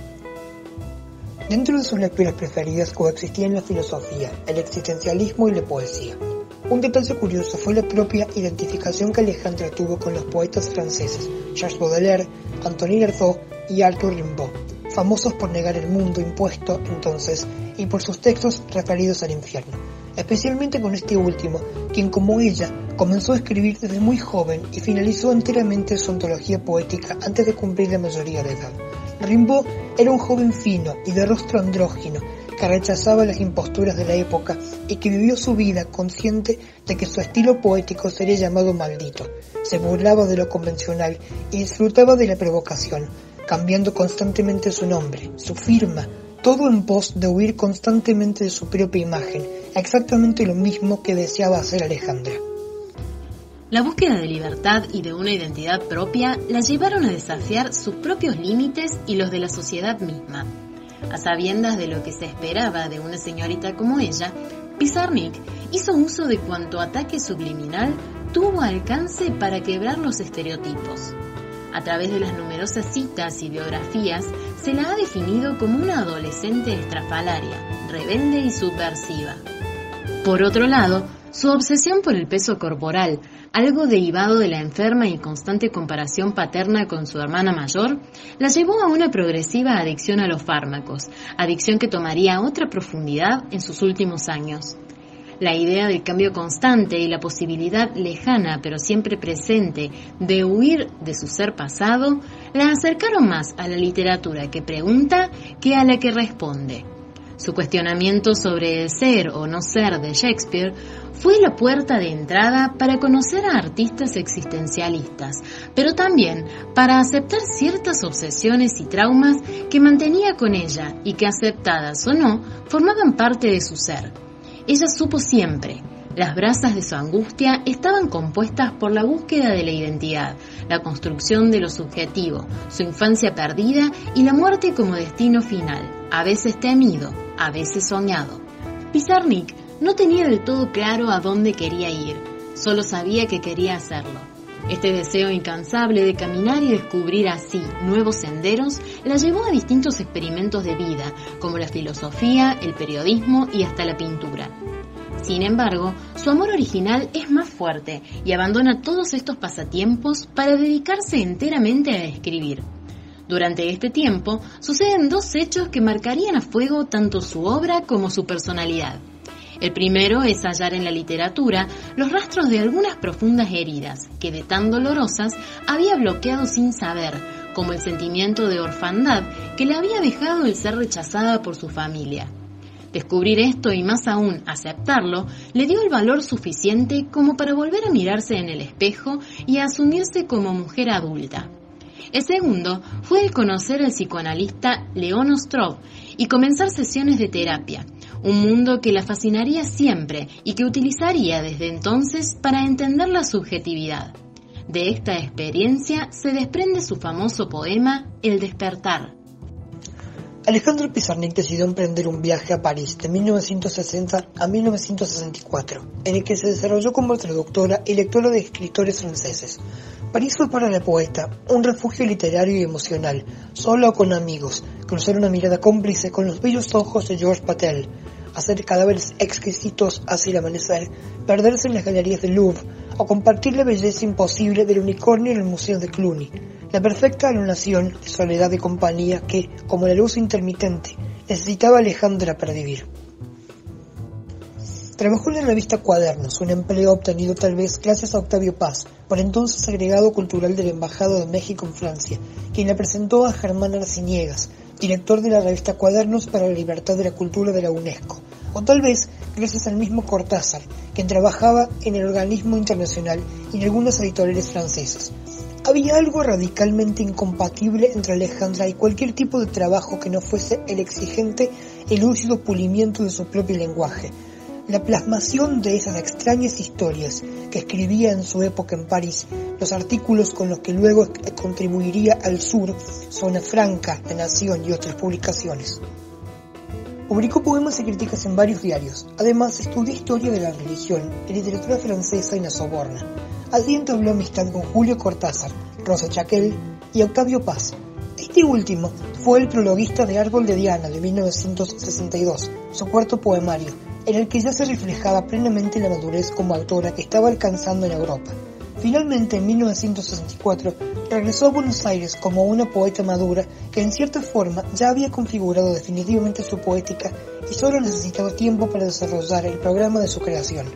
Dentro de sus lecturas preferidas coexistían la filosofía, el existencialismo y la poesía. Un detalle curioso fue la propia identificación que Alejandra tuvo con los poetas franceses Charles Baudelaire, Antonin Artaud y Arthur Rimbaud, famosos por negar el mundo impuesto entonces y por sus textos referidos al infierno, especialmente con este último, quien como ella comenzó a escribir desde muy joven y finalizó enteramente su antología poética antes de cumplir la mayoría de edad. Rimbaud era un joven fino y de rostro andrógino que rechazaba las imposturas de la época y que vivió su vida consciente de que su estilo poético sería llamado maldito. Se burlaba de lo convencional y disfrutaba de la provocación, cambiando constantemente su nombre, su firma, todo en pos de huir constantemente de su propia imagen, exactamente lo mismo que deseaba hacer Alejandra. La búsqueda de libertad y de una identidad propia la llevaron a desafiar sus propios límites y los de la sociedad misma. A sabiendas de lo que se esperaba de una señorita como ella, Pizarnik hizo uso de cuanto ataque subliminal tuvo alcance para quebrar los estereotipos. A través de las numerosas citas y biografías, se la ha definido como una adolescente estrafalaria, rebelde y subversiva. Por otro lado, Su obsesión por el peso corporal, algo derivado de la enferma y constante comparación paterna con su hermana mayor, la llevó a una progresiva adicción a los fármacos, adicción que tomaría otra profundidad en sus últimos años. La idea del cambio constante y la posibilidad lejana pero siempre presente de huir de su ser pasado la acercaron más a la literatura que pregunta que a la que responde. Su cuestionamiento sobre el ser o no ser de Shakespeare fue la puerta de entrada para conocer a artistas existencialistas, pero también para aceptar ciertas obsesiones y traumas que mantenía con ella y que, aceptadas o no, formaban parte de su ser. Ella supo siempre. Las brasas de su angustia estaban compuestas por la búsqueda de la identidad, la construcción de lo subjetivo, su infancia perdida y la muerte como destino final, a veces temido, a veces soñado. Pizarnik no tenía del todo claro a dónde quería ir, solo sabía que quería hacerlo. Este deseo incansable de caminar y descubrir así nuevos senderos la llevó a distintos experimentos de vida, como la filosofía, el periodismo y hasta la pintura. Sin embargo, su amor original es más fuerte y abandona todos estos pasatiempos para dedicarse enteramente a escribir. Durante este tiempo, suceden dos hechos que marcarían a fuego tanto su obra como su personalidad. El primero es hallar en la literatura los rastros de algunas profundas heridas que, de tan dolorosas, había bloqueado sin saber, como el sentimiento de orfandad que le había dejado el ser rechazada por su familia. Descubrir esto y más aún aceptarlo le dio el valor suficiente como para volver a mirarse en el espejo y a asumirse como mujer adulta. El segundo fue el conocer al psicoanalista León Ostrov y comenzar sesiones de terapia, un mundo que la fascinaría siempre y que utilizaría desde entonces para entender la subjetividad. De esta experiencia se desprende su famoso poema El despertar. Alejandro Pizarnik decidió emprender un viaje a París de 1960 a 1964, en el que se desarrolló como traductora y lectora de escritores franceses. París fue para la poeta un refugio literario y emocional, solo o con amigos, cruzar una mirada cómplice con los bellos ojos de Georges Patel, hacer cadáveres exquisitos hacia el amanecer, perderse en las galerías del Louvre o compartir la belleza imposible del unicornio en el Museo de Cluny, la perfecta alunación de soledad y compañía que, como la luz intermitente, necesitaba Alejandra para vivir. Trabajó en la revista Cuadernos, un empleo obtenido tal vez gracias a Octavio Paz, por entonces agregado cultural de la Embajada de México en Francia, quien la presentó a Germán Arciniegas, director de la revista Cuadernos para la Libertad de la Cultura de la UNESCO, o tal vez gracias al mismo Cortázar, quien trabajaba en el organismo internacional y en algunas editoriales francesas. Había algo radicalmente incompatible entre Alejandra y cualquier tipo de trabajo que no fuese el exigente y lúcido pulimiento de su propio lenguaje. La plasmación de esas extrañas historias que escribía en su época en París, los artículos con los que luego contribuiría al Sur, Zona Franca, La Nación y otras publicaciones. Publicó poemas y críticas en varios diarios. Además, estudió historia de la religión y literatura francesa en la Sorbona. Allí entabló amistad con Julio Cortázar, Rosa Chaquel y Octavio Paz. Este último fue el prologuista de Árbol de Diana de 1962, su cuarto poemario, en el que ya se reflejaba plenamente la madurez como autora que estaba alcanzando en Europa. Finalmente, en 1964, regresó a Buenos Aires como una poeta madura que en cierta forma ya había configurado definitivamente su poética y solo necesitaba tiempo para desarrollar el programa de su creación.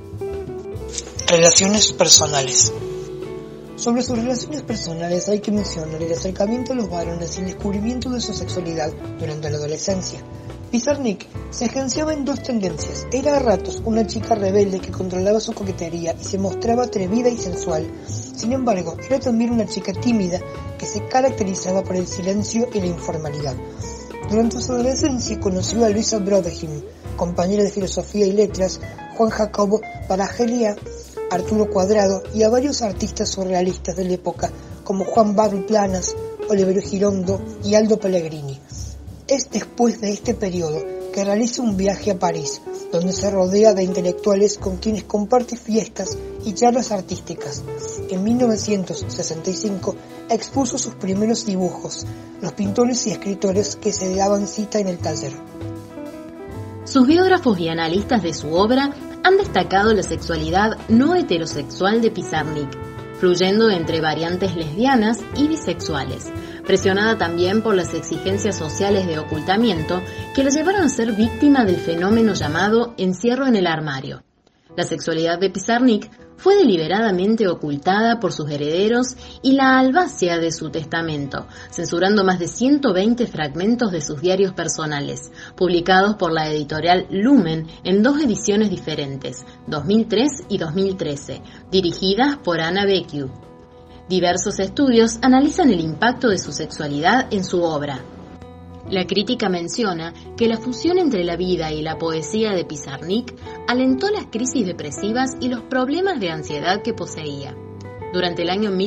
Relaciones personales. Sobre sus relaciones personales hay que mencionar el acercamiento a los varones y el descubrimiento de su sexualidad durante la adolescencia. Pizarnik se agenciaba en dos tendencias. Era a ratos una chica rebelde que controlaba su coquetería y se mostraba atrevida y sensual. Sin embargo, era también una chica tímida que se caracterizaba por el silencio y la informalidad. Durante su adolescencia conoció a Luisa Brodheim, compañera de filosofía y letras, Juan Jacobo Baraglia, Arturo Cuadrado y a varios artistas surrealistas de la época como Juan Barry Planas, Oliverio Girondo y Aldo Pellegrini. Es después de este periodo que realiza un viaje a París, donde se rodea de intelectuales con quienes comparte fiestas y charlas artísticas. En 1965 expuso sus primeros dibujos, los pintores y escritores que se daban cita en el taller. Sus biógrafos y analistas de su obra han destacado la sexualidad no heterosexual de Pizarnik, fluyendo entre variantes lesbianas y bisexuales, presionada también por las exigencias sociales de ocultamiento que la llevaron a ser víctima del fenómeno llamado encierro en el armario. La sexualidad de Pizarnik fue deliberadamente ocultada por sus herederos y la albacia de su testamento, censurando más de 120 fragmentos de sus diarios personales, publicados por la editorial Lumen en 2 ediciones diferentes, 2003 y 2013, dirigidas por Anna Beckiu. Diversos estudios analizan el impacto de su sexualidad en su obra. La crítica menciona que la fusión entre la vida y la poesía de Pizarnik alentó las crisis depresivas y los problemas de ansiedad que poseía. Durante el año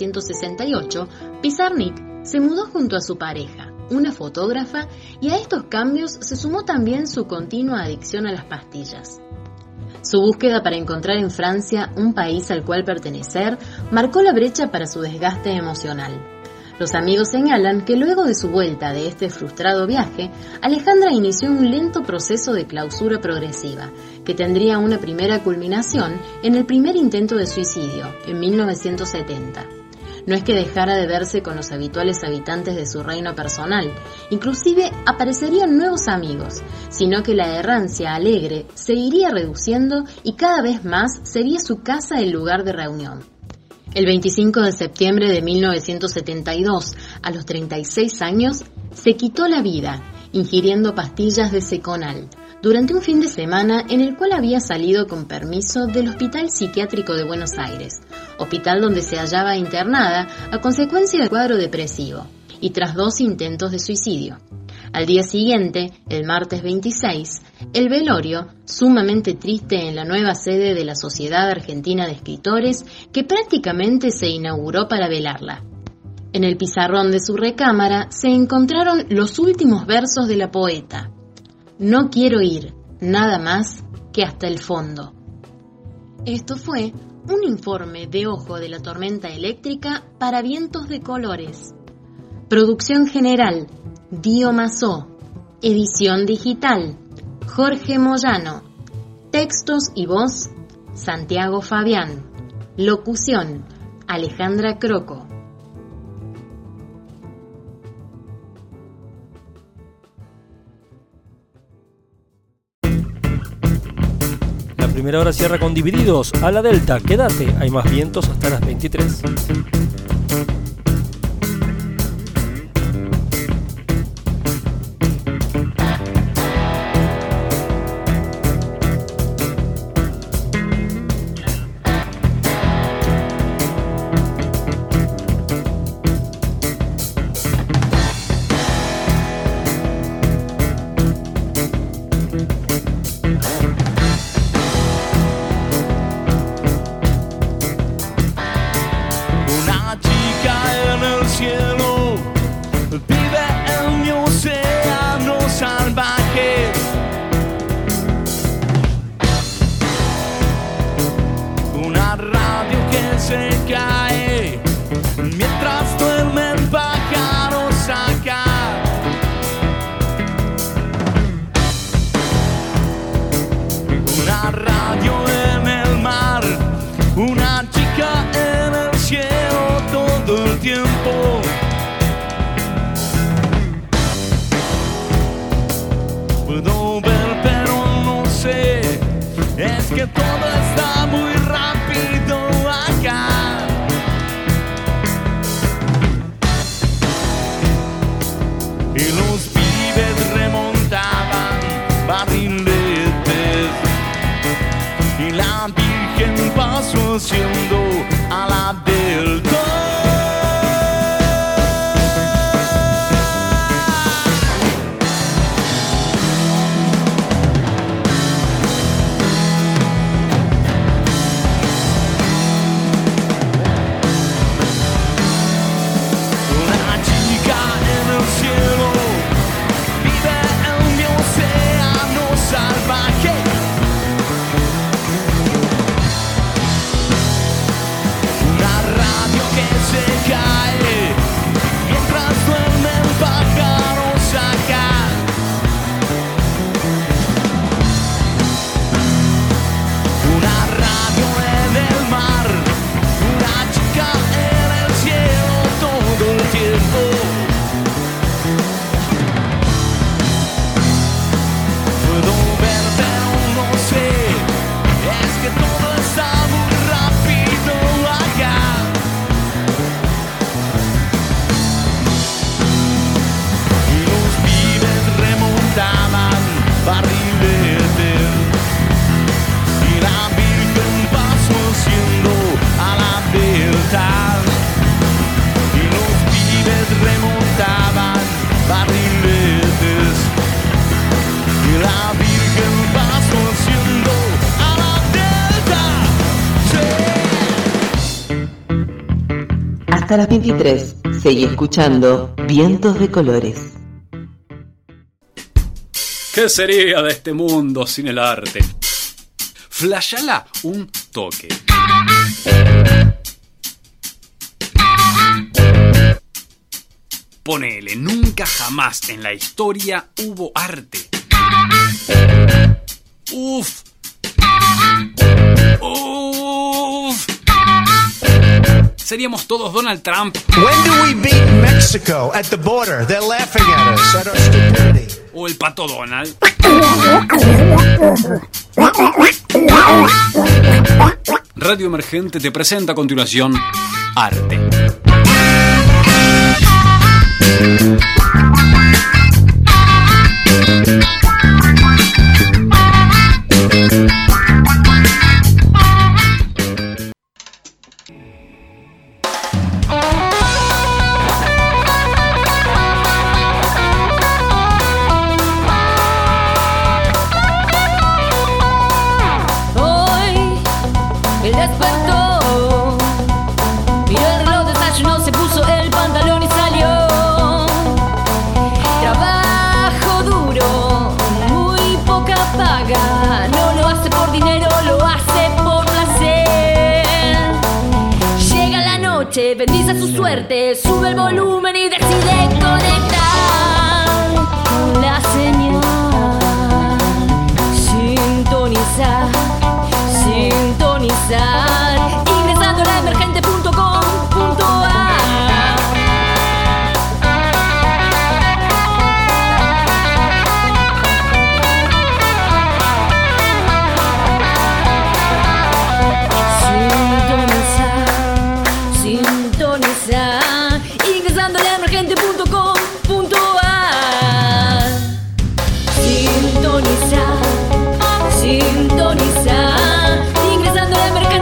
1968, Pizarnik se mudó junto a su pareja, una fotógrafa, y a estos cambios se sumó también su continua adicción a las pastillas. Su búsqueda para encontrar en Francia un país al cual pertenecer marcó la brecha para su desgaste emocional. Los amigos señalan que luego de su vuelta de este frustrado viaje, Alejandra inició un lento proceso de clausura progresiva, que tendría una primera culminación en el primer intento de suicidio, en 1970. No es que dejara de verse con los habituales habitantes de su reino personal, inclusive aparecerían nuevos amigos, sino que la errancia alegre se iría reduciendo y cada vez más sería su casa el lugar de reunión. El 25 de septiembre de 1972, a los 36 años, se quitó la vida, ingiriendo pastillas de Seconal, durante un fin de semana en el cual había salido con permiso del Hospital Psiquiátrico de Buenos Aires, hospital donde se hallaba internada a consecuencia del cuadro depresivo, y tras 2 intentos de suicidio. Al día siguiente, el martes 26, el velorio, sumamente triste en la nueva sede de la Sociedad Argentina de Escritores, que prácticamente se inauguró para velarla. En el pizarrón de su recámara se encontraron los últimos versos de la poeta. No quiero ir, nada más que hasta el fondo. Esto fue un informe de Ojo de la Tormenta Eléctrica para Vientos de Colores. Producción general, Dio Mazó. Edición digital, Jorge Moyano. Textos y voz, Santiago Fabián. Locución, Alejandra Croco. La primera hora cierra con Divididos a la Delta. Quédate, hay más vientos hasta las 23. Una hasta las 23. Seguí escuchando Vientos de Colores. ¿Qué sería de este mundo sin el arte? Flashala un toque. Ponele, nunca jamás en la historia hubo arte. Uf. Uf. Seríamos todos Donald Trump. When do we beat Mexico at the border? They're laughing at us, at our stupidity. O el pato Donald. Radio Emergente te presenta a continuación Arte. Bendice su suerte, sube el volumen y decide conectar con la señal. Sintonizar, sintonizar, ingresando a laemergente.com.ar. Ingresando a laemergente.com.ar. Sintonizar, sintonizar, ingresando a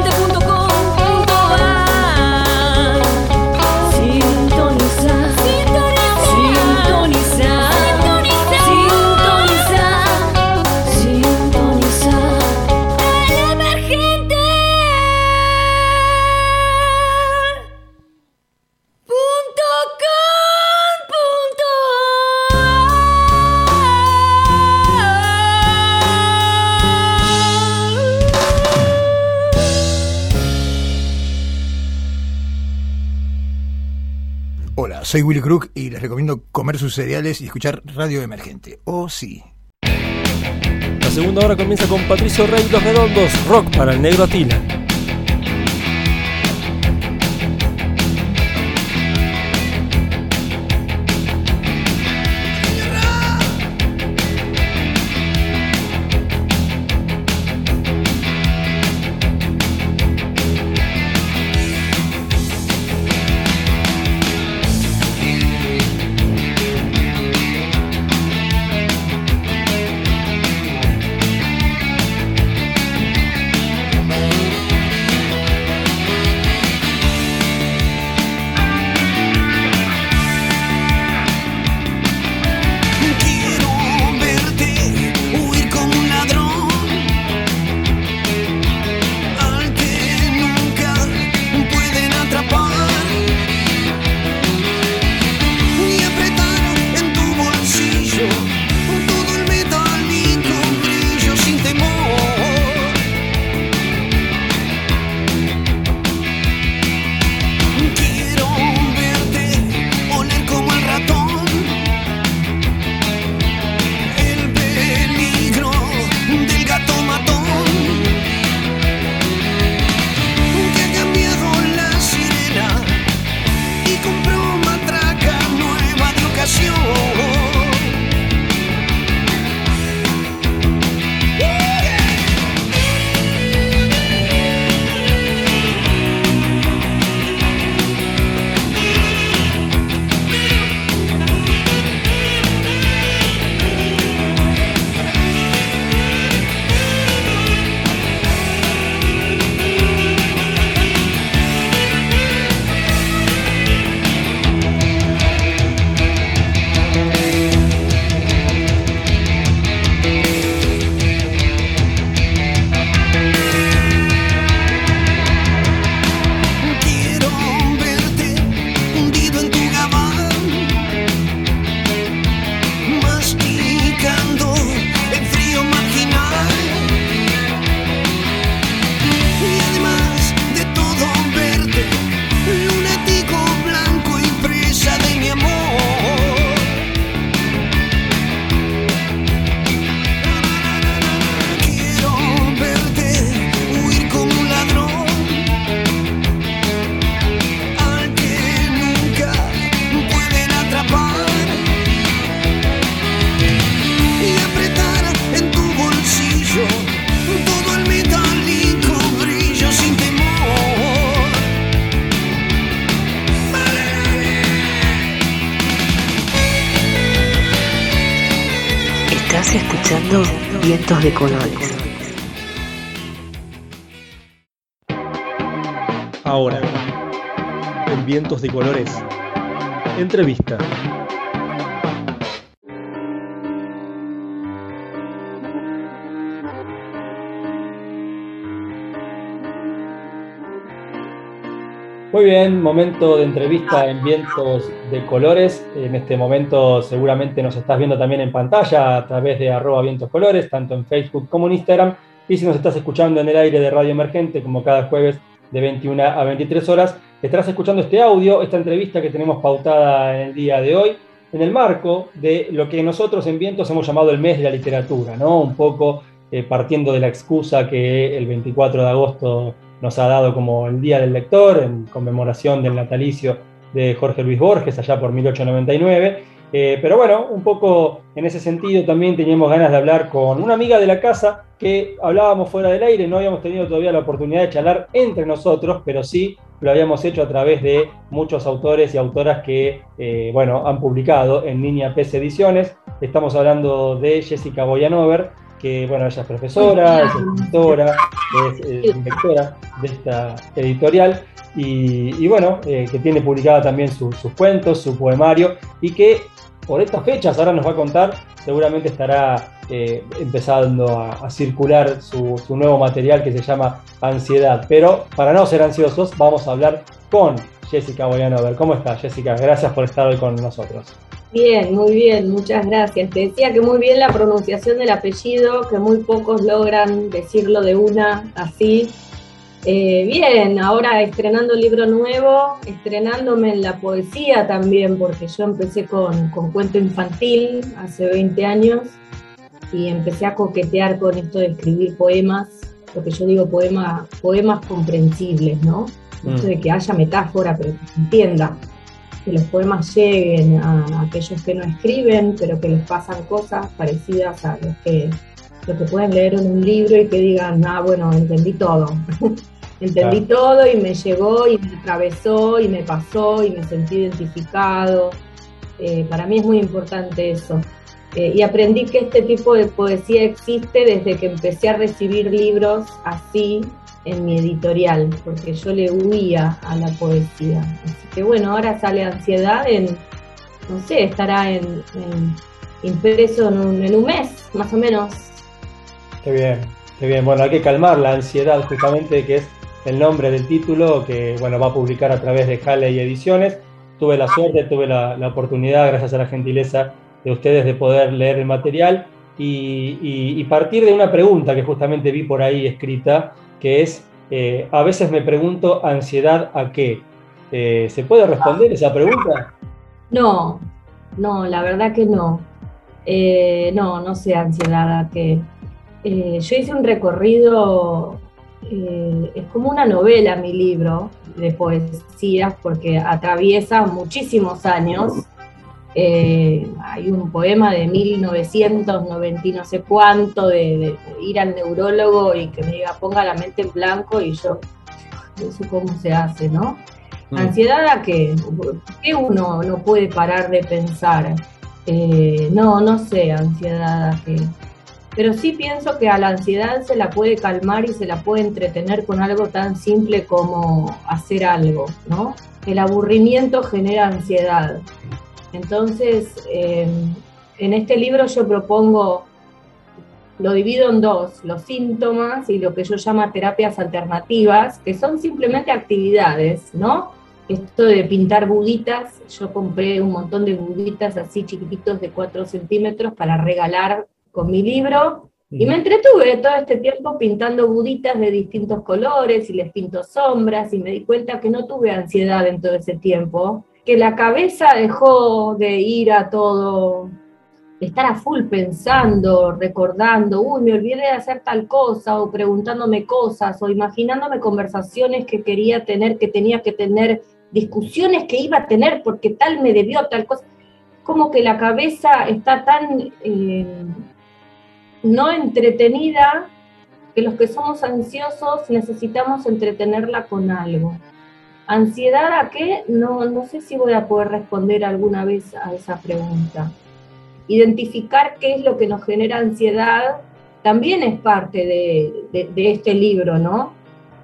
laemergente.com.ar. Sintonizar, sintonizar, sintonizar, sintonizar, el emergente. Hola, soy Willy Crook y les recomiendo comer sus cereales y escuchar Radio Emergente. Oh, sí. La segunda hora comienza con Patricio Rey, Los Redondos, rock para el negro Atila. escuchando Vientos de Colores. Ahora, en Vientos de Colores, entrevista. Muy bien, momento de entrevista en Vientos de Colores. En este momento seguramente nos estás viendo también en pantalla a través de @vientoscolores, tanto en Facebook como en Instagram. Y si nos estás escuchando en el aire de Radio Emergente, como cada jueves de 21 a 23 horas, estarás escuchando este audio, esta entrevista que tenemos pautada en el día de hoy, en el marco de lo que nosotros en Vientos hemos llamado el mes de la literatura, ¿no? Un poco partiendo de la excusa que el 24 de agosto nos ha dado como el Día del Lector, en conmemoración del natalicio de Jorge Luis Borges, allá por 1899. Pero bueno, un poco en ese sentido también teníamos ganas de hablar con una amiga de la casa que hablábamos fuera del aire, no habíamos tenido todavía la oportunidad de charlar entre nosotros, pero sí lo habíamos hecho a través de muchos autores y autoras que, han publicado en Niña Pez Ediciones. Estamos hablando de Jessica Boyanover, que ella es profesora, es escritora, es directora de esta editorial y que tiene publicada también sus cuentos, su poemario, y que por estas fechas, ahora nos va a contar, seguramente estará empezando a circular su nuevo material que se llama Ansiedad. Pero para no ser ansiosos, vamos a hablar con Jessica Boyanover. ¿Cómo estás, Jessica? Gracias por estar hoy con nosotros. Bien, muy bien, muchas gracias. Te decía que muy bien la pronunciación del apellido, que muy pocos logran decirlo de una así. Bien, ahora estrenando libro nuevo, estrenándome en la poesía también, porque yo empecé con cuento infantil hace 20 años y empecé a coquetear con esto de escribir poemas, lo que yo digo poemas comprensibles, ¿no? Esto de que haya metáfora, pero que se entienda. Que los poemas lleguen a aquellos que no escriben, pero que les pasan cosas parecidas a lo que pueden leer en un libro y que digan, bueno, entendí todo. Entendí todo y me llegó y me atravesó y me pasó y me sentí identificado. Para mí es muy importante eso. Y aprendí que este tipo de poesía existe desde que empecé a recibir libros así en mi editorial, porque yo le huía a la poesía. Así que ahora sale Ansiedad estará impreso en un mes, más o menos. Qué bien. Bueno, hay que calmar la ansiedad, justamente, que es el nombre del título, que va a publicar a través de Halley Ediciones. Tuve la suerte, tuve la oportunidad, gracias a la gentileza de ustedes, de poder leer el material y partir de una pregunta que justamente vi por ahí escrita, que es, a veces me pregunto, ¿ansiedad a qué? ¿Se puede responder esa pregunta? No, la verdad que no. No sé ansiedad a qué. Yo hice un recorrido, es como una novela mi libro de poesías, porque atraviesa muchísimos años. Hay un poema de 1990 y no sé cuánto, de ir al neurólogo y que me diga ponga la mente en blanco, y yo no sé cómo se hace, ¿no? ¿Ansiedad a qué? ¿Por qué uno no puede parar de pensar? No sé ansiedad a qué. Pero sí pienso que a la ansiedad se la puede calmar y se la puede entretener con algo tan simple como hacer algo, ¿no? El aburrimiento genera ansiedad. Entonces, en este libro yo propongo, lo divido en dos, los síntomas y lo que yo llamo terapias alternativas, que son simplemente actividades, ¿no? Esto de pintar buditas, yo compré un montón de buditas así chiquititos de 4 centímetros para regalar con mi libro, y me entretuve todo este tiempo pintando buditas de distintos colores, y les pinto sombras, y me di cuenta que no tuve ansiedad en todo ese tiempo, que la cabeza dejó de ir a todo, de estar a full pensando, recordando, me olvidé de hacer tal cosa, o preguntándome cosas, o imaginándome conversaciones que quería tener, que tenía que tener, discusiones que iba a tener porque tal me debió tal cosa. Como que la cabeza está tan no entretenida, que los que somos ansiosos necesitamos entretenerla con algo. ¿Ansiedad a qué? No sé si voy a poder responder alguna vez a esa pregunta. identificar qué es lo que nos genera ansiedad también es parte de este libro, ¿no?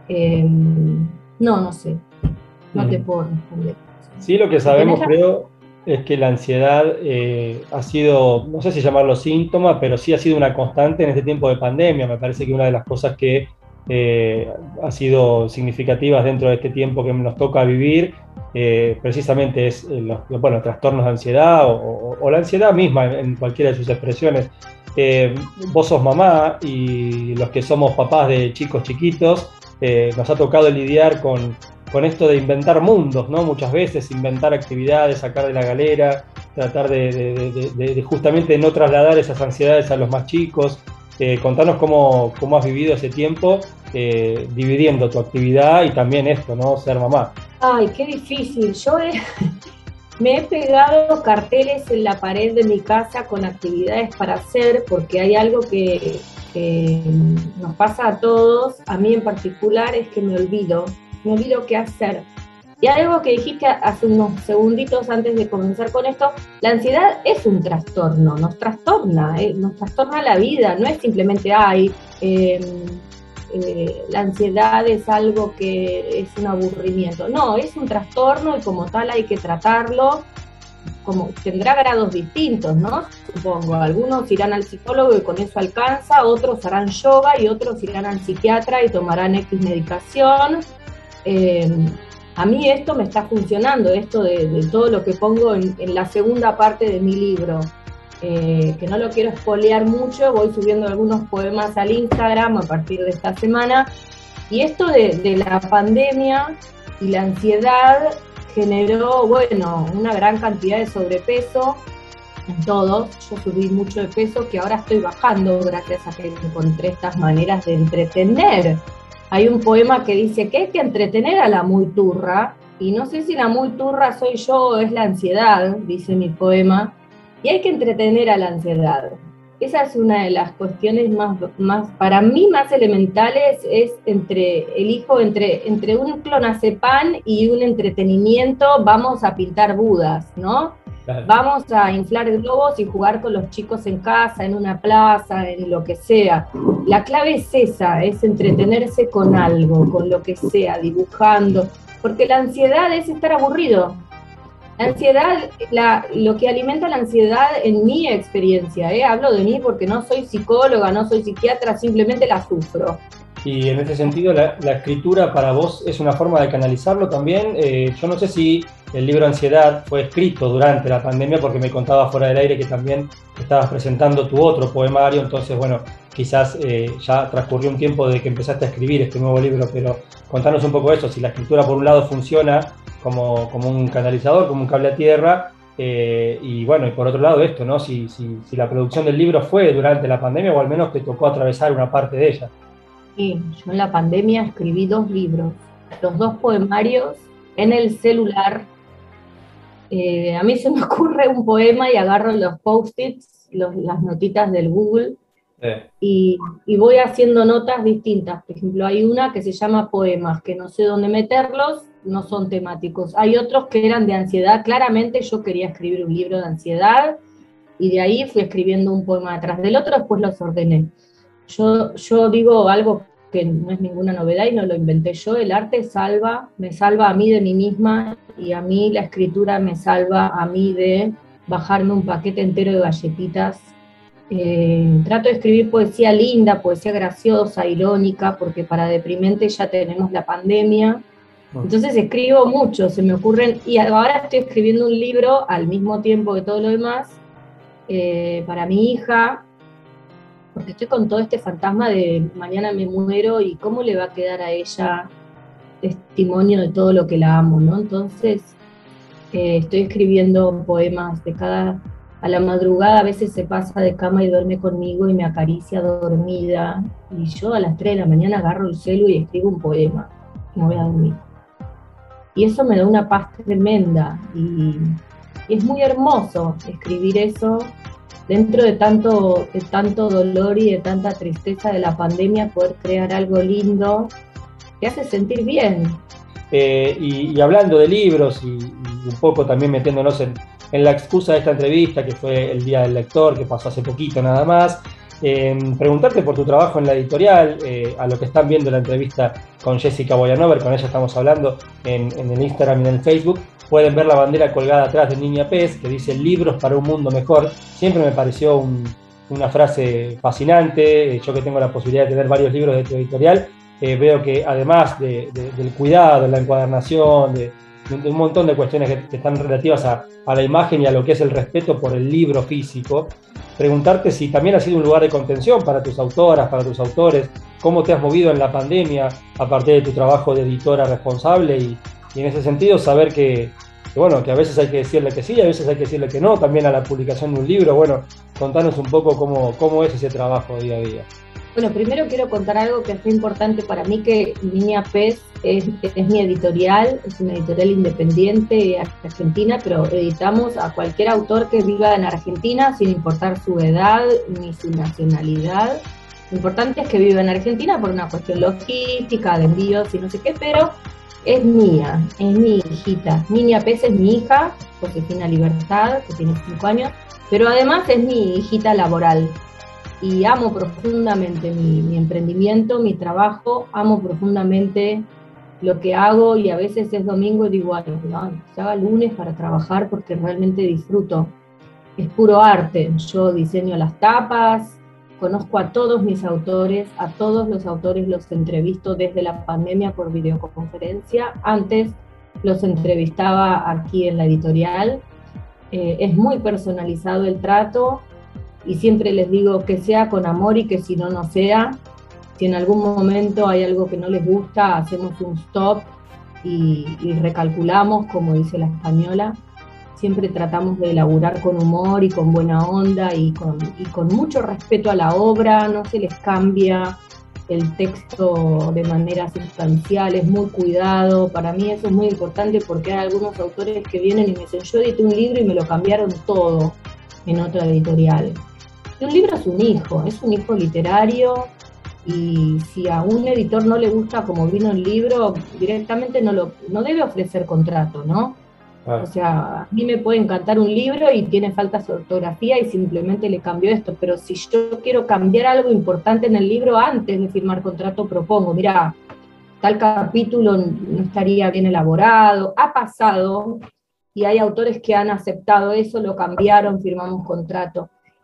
No sé, no te puedo responder. Sí, lo que sabemos, creo, es que la ansiedad ha sido, no sé si llamarlo síntoma, pero sí ha sido una constante en este tiempo de pandemia. Me parece que una de las cosas que ha sido significativas dentro de este tiempo que nos toca vivir, precisamente es los trastornos de ansiedad o la ansiedad misma en cualquiera de sus expresiones. Vos sos mamá y los que somos papás de chicos chiquitos, nos ha tocado lidiar con esto de inventar mundos, ¿no? Muchas veces inventar actividades, sacar de la galera, tratar de justamente no trasladar esas ansiedades a los más chicos. Contanos cómo has vivido ese tiempo dividiendo tu actividad y también esto, ¿no? Ser mamá. Ay, qué difícil. Yo me he pegado carteles en la pared de mi casa con actividades para hacer, porque hay algo que nos pasa a todos, a mí en particular, es que me olvido qué hacer. Y algo que dijiste hace unos segunditos antes de comenzar con esto, la ansiedad es un trastorno, nos trastorna la vida, no es simplemente, la ansiedad es algo que es un aburrimiento, no, es un trastorno y como tal hay que tratarlo, como tendrá grados distintos, ¿no? Supongo, algunos irán al psicólogo y con eso alcanza, otros harán yoga y otros irán al psiquiatra y tomarán X medicación. A mí esto me está funcionando, esto de todo lo que pongo en la segunda parte de mi libro, que no lo quiero spoilear mucho, voy subiendo algunos poemas al Instagram a partir de esta semana, y esto de la pandemia y la ansiedad generó, una gran cantidad de sobrepeso en todos. Yo subí mucho de peso que ahora estoy bajando gracias a que encontré estas maneras de entretener. Hay un poema que dice que hay que entretener a la muy turra, y no sé si la muy turra soy yo o es la ansiedad, dice mi poema, y hay que entretener a la ansiedad. Esa es una de las cuestiones más para mí más elementales, es elijo entre un clonazepam y un entretenimiento. Vamos a pintar Budas, ¿no? Claro. Vamos a inflar globos y jugar con los chicos en casa, en una plaza, en lo que sea. La clave es esa, es entretenerse con algo, con lo que sea, dibujando, porque la ansiedad es estar aburrido. La ansiedad, lo que alimenta la ansiedad en mi experiencia, hablo de mí porque no soy psicóloga, no soy psiquiatra, simplemente la sufro. Y en ese sentido, la escritura para vos es una forma de canalizarlo también. Yo no sé si el libro Ansiedad fue escrito durante la pandemia, porque me contabas fuera del aire que también estabas presentando tu otro poemario, entonces quizás ya transcurrió un tiempo desde que empezaste a escribir este nuevo libro, pero contanos un poco eso, si la escritura por un lado funciona como un canalizador, como un cable a tierra, y por otro lado esto, ¿no? Si la producción del libro fue durante la pandemia o al menos te tocó atravesar una parte de ella. Sí, yo en la pandemia escribí 2 libros, los 2 poemarios en el celular. A mí se me ocurre un poema y agarro los post-its, las notitas del Google, y voy haciendo notas distintas. Por ejemplo, hay una que se llama Poemas, que no sé dónde meterlos, no son temáticos. Hay otros que eran de ansiedad, claramente yo quería escribir un libro de ansiedad, y de ahí fui escribiendo un poema detrás del otro, después los ordené. Yo digo algo que no es ninguna novedad y no lo inventé yo, el arte me salva a mí de mí misma, y a mí la escritura me salva a mí de bajarme un paquete entero de galletitas. Trato de escribir poesía linda, poesía graciosa, irónica, porque para deprimente ya tenemos la pandemia. Entonces escribo mucho, se me ocurren, y ahora estoy escribiendo un libro al mismo tiempo que todo lo demás, para mi hija, porque estoy con todo este fantasma de mañana me muero y cómo le va a quedar a ella testimonio de todo lo que la amo, ¿no? Entonces estoy escribiendo poemas a la madrugada, a veces se pasa de cama y duerme conmigo y me acaricia dormida, y yo a las 3 de la mañana agarro el celu y escribo un poema, y me voy a dormir. Y eso me da una paz tremenda, y es muy hermoso escribir eso. Dentro de tanto dolor y de tanta tristeza de la pandemia, poder crear algo lindo te hace sentir bien. Y hablando de libros y un poco también metiéndonos en en la excusa de esta entrevista, que fue el Día del Lector, que pasó hace poquito nada más, preguntarte por tu trabajo en la editorial, a lo que están viendo la entrevista con Jessica Boyanover, con ella estamos hablando en el Instagram y en el Facebook. Pueden ver la bandera colgada atrás de Niña Pez, que dice libros para un mundo mejor. Siempre me pareció una frase fascinante. Yo que tengo la posibilidad de tener varios libros de tu editorial, veo que además del cuidado, de la encuadernación, de un montón de cuestiones que están relativas a la imagen y a lo que es el respeto por el libro físico, preguntarte si también ha sido un lugar de contención para tus autoras, para tus autores, cómo te has movido en la pandemia a partir de tu trabajo de editora responsable y en ese sentido saber que a veces hay que decirle que sí y a veces hay que decirle que no, también a la publicación de un libro. Bueno, contanos un poco cómo es ese trabajo día a día. Bueno, primero quiero contar algo que fue importante para mí, que Niña Pez es mi editorial, es una editorial independiente argentina, pero editamos a cualquier autor que viva en Argentina sin importar su edad ni su nacionalidad. Lo importante es que viva en Argentina por una cuestión logística, de envíos y no sé qué, pero es mía, es mi hijita. Niña Pez es mi hija, Josefina Libertad, que tiene 5 años, pero además es mi hijita laboral. Y amo profundamente mi emprendimiento, mi trabajo, amo profundamente lo que hago y a veces es domingo y digo, se haga lunes para trabajar porque realmente disfruto. Es puro arte, yo diseño las tapas, conozco a todos mis autores, a todos los autores los entrevisto desde la pandemia por videoconferencia, antes los entrevistaba aquí en la editorial, es muy personalizado el trato. Y siempre les digo que sea con amor y que si no sea. Si en algún momento hay algo que no les gusta, hacemos un stop y recalculamos, como dice la española. Siempre tratamos de elaborar con humor y con buena onda y con mucho respeto a la obra. No se les cambia el texto de manera sustancial, es muy cuidado. Para mí eso es muy importante porque hay algunos autores que vienen y me dicen, yo edité un libro y me lo cambiaron todo en otra editorial. Y un libro es un hijo literario, y si a un editor no le gusta como vino el libro, directamente no debe ofrecer contrato, ¿no? O sea, a mí me puede encantar un libro y tiene faltas de ortografía y simplemente le cambio esto, pero si yo quiero cambiar algo importante en el libro antes de firmar contrato, propongo, mira, tal capítulo no estaría bien elaborado, ha pasado, y hay autores que han aceptado eso, lo cambiaron, firmamos contrato.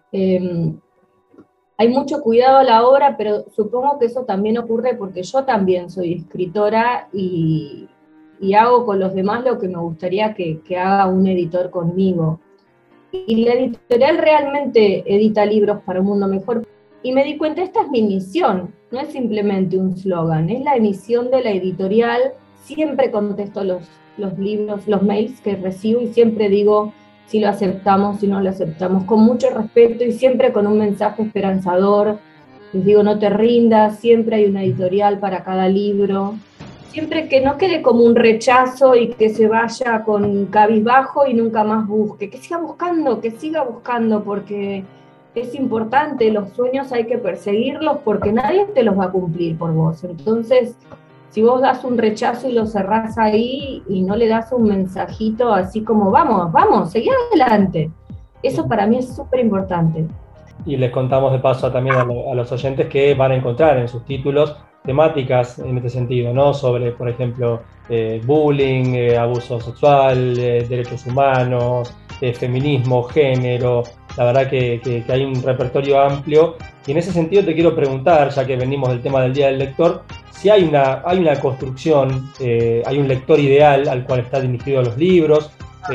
Hay mucho cuidado a la obra, pero supongo que eso también ocurre porque yo también soy escritora y hago con los demás lo que me gustaría que haga un editor conmigo. Y la editorial realmente edita libros para un mundo mejor. Y me di cuenta, esta es mi misión, no es simplemente un slogan, es la misión de la editorial. Siempre contesto los libros, los mails que recibo y siempre digo si lo aceptamos, si no lo aceptamos, con mucho respeto y siempre con un mensaje esperanzador. Les digo, no te rindas, siempre hay una editorial para cada libro. Siempre que no quede como un rechazo y que se vaya con cabizbajo y nunca más busque, que siga buscando, porque es importante, los sueños hay que perseguirlos porque nadie te los va a cumplir por vos. Entonces, si vos das un rechazo y lo cerrás ahí y no le das un mensajito así como vamos, seguí adelante. Eso para mí es súper importante. Y les contamos de paso también a los oyentes que van a encontrar en sus títulos temáticas en este sentido, ¿no? Sobre, por ejemplo, bullying, abuso sexual, derechos humanos, feminismo, género. La verdad que hay un repertorio amplio. Y en ese sentido te quiero preguntar, ya que venimos del tema del Día del Lector, si hay una construcción, hay un lector ideal al cual están dirigidos los libros,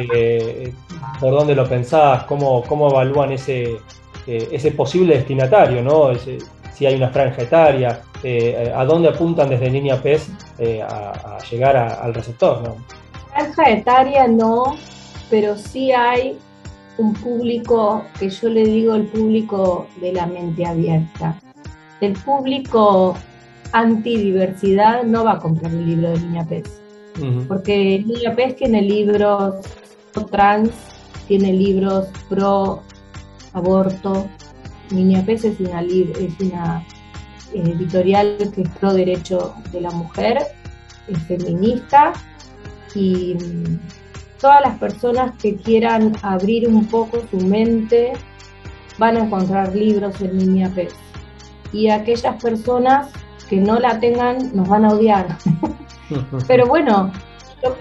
por dónde lo pensás, cómo evalúan ese posible destinatario, ¿no? Si hay una franja etaria, a dónde apuntan desde Niña Pez a llegar al receptor, ¿no? Franja etaria no, pero sí hay un público que yo le digo el público de la mente abierta. El público antidiversidad no va a comprar un libro de Niña Pez, porque Niña Pez tiene libros pro trans, tiene libros pro aborto. Niña Pez es una editorial que es pro derecho de la mujer, es feminista y todas las personas que quieran abrir un poco su mente van a encontrar libros en Niña Pez. Y aquellas personas que no la tengan nos van a odiar. Pero bueno, yo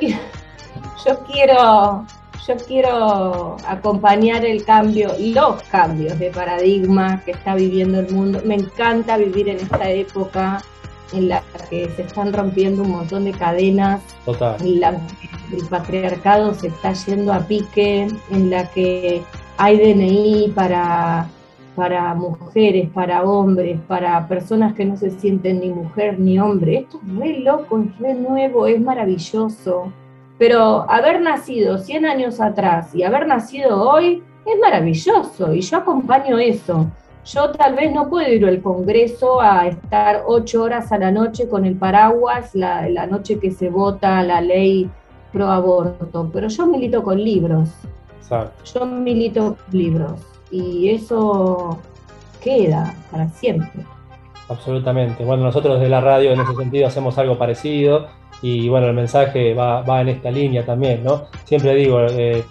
quiero acompañar el cambio, los cambios de paradigma que está viviendo el mundo. Me encanta vivir en esta época en la que se están rompiendo un montón de cadenas. Total. El patriarcado se está yendo a pique, en la que hay DNI para mujeres, para hombres, para personas que no se sienten ni mujer ni hombre. Esto es re loco, es re nuevo, es maravilloso. Pero haber nacido 100 años atrás y haber nacido hoy es maravilloso, y yo acompaño eso. Yo tal vez no puedo ir al Congreso a estar 8 horas a la noche con el paraguas, la noche que se vota la ley pro aborto, pero yo milito con libros. Exacto. Yo milito con libros, y eso queda para siempre. Absolutamente. Bueno, nosotros de la radio en ese sentido hacemos algo parecido, y bueno, el mensaje va en esta línea también, ¿no? Siempre digo,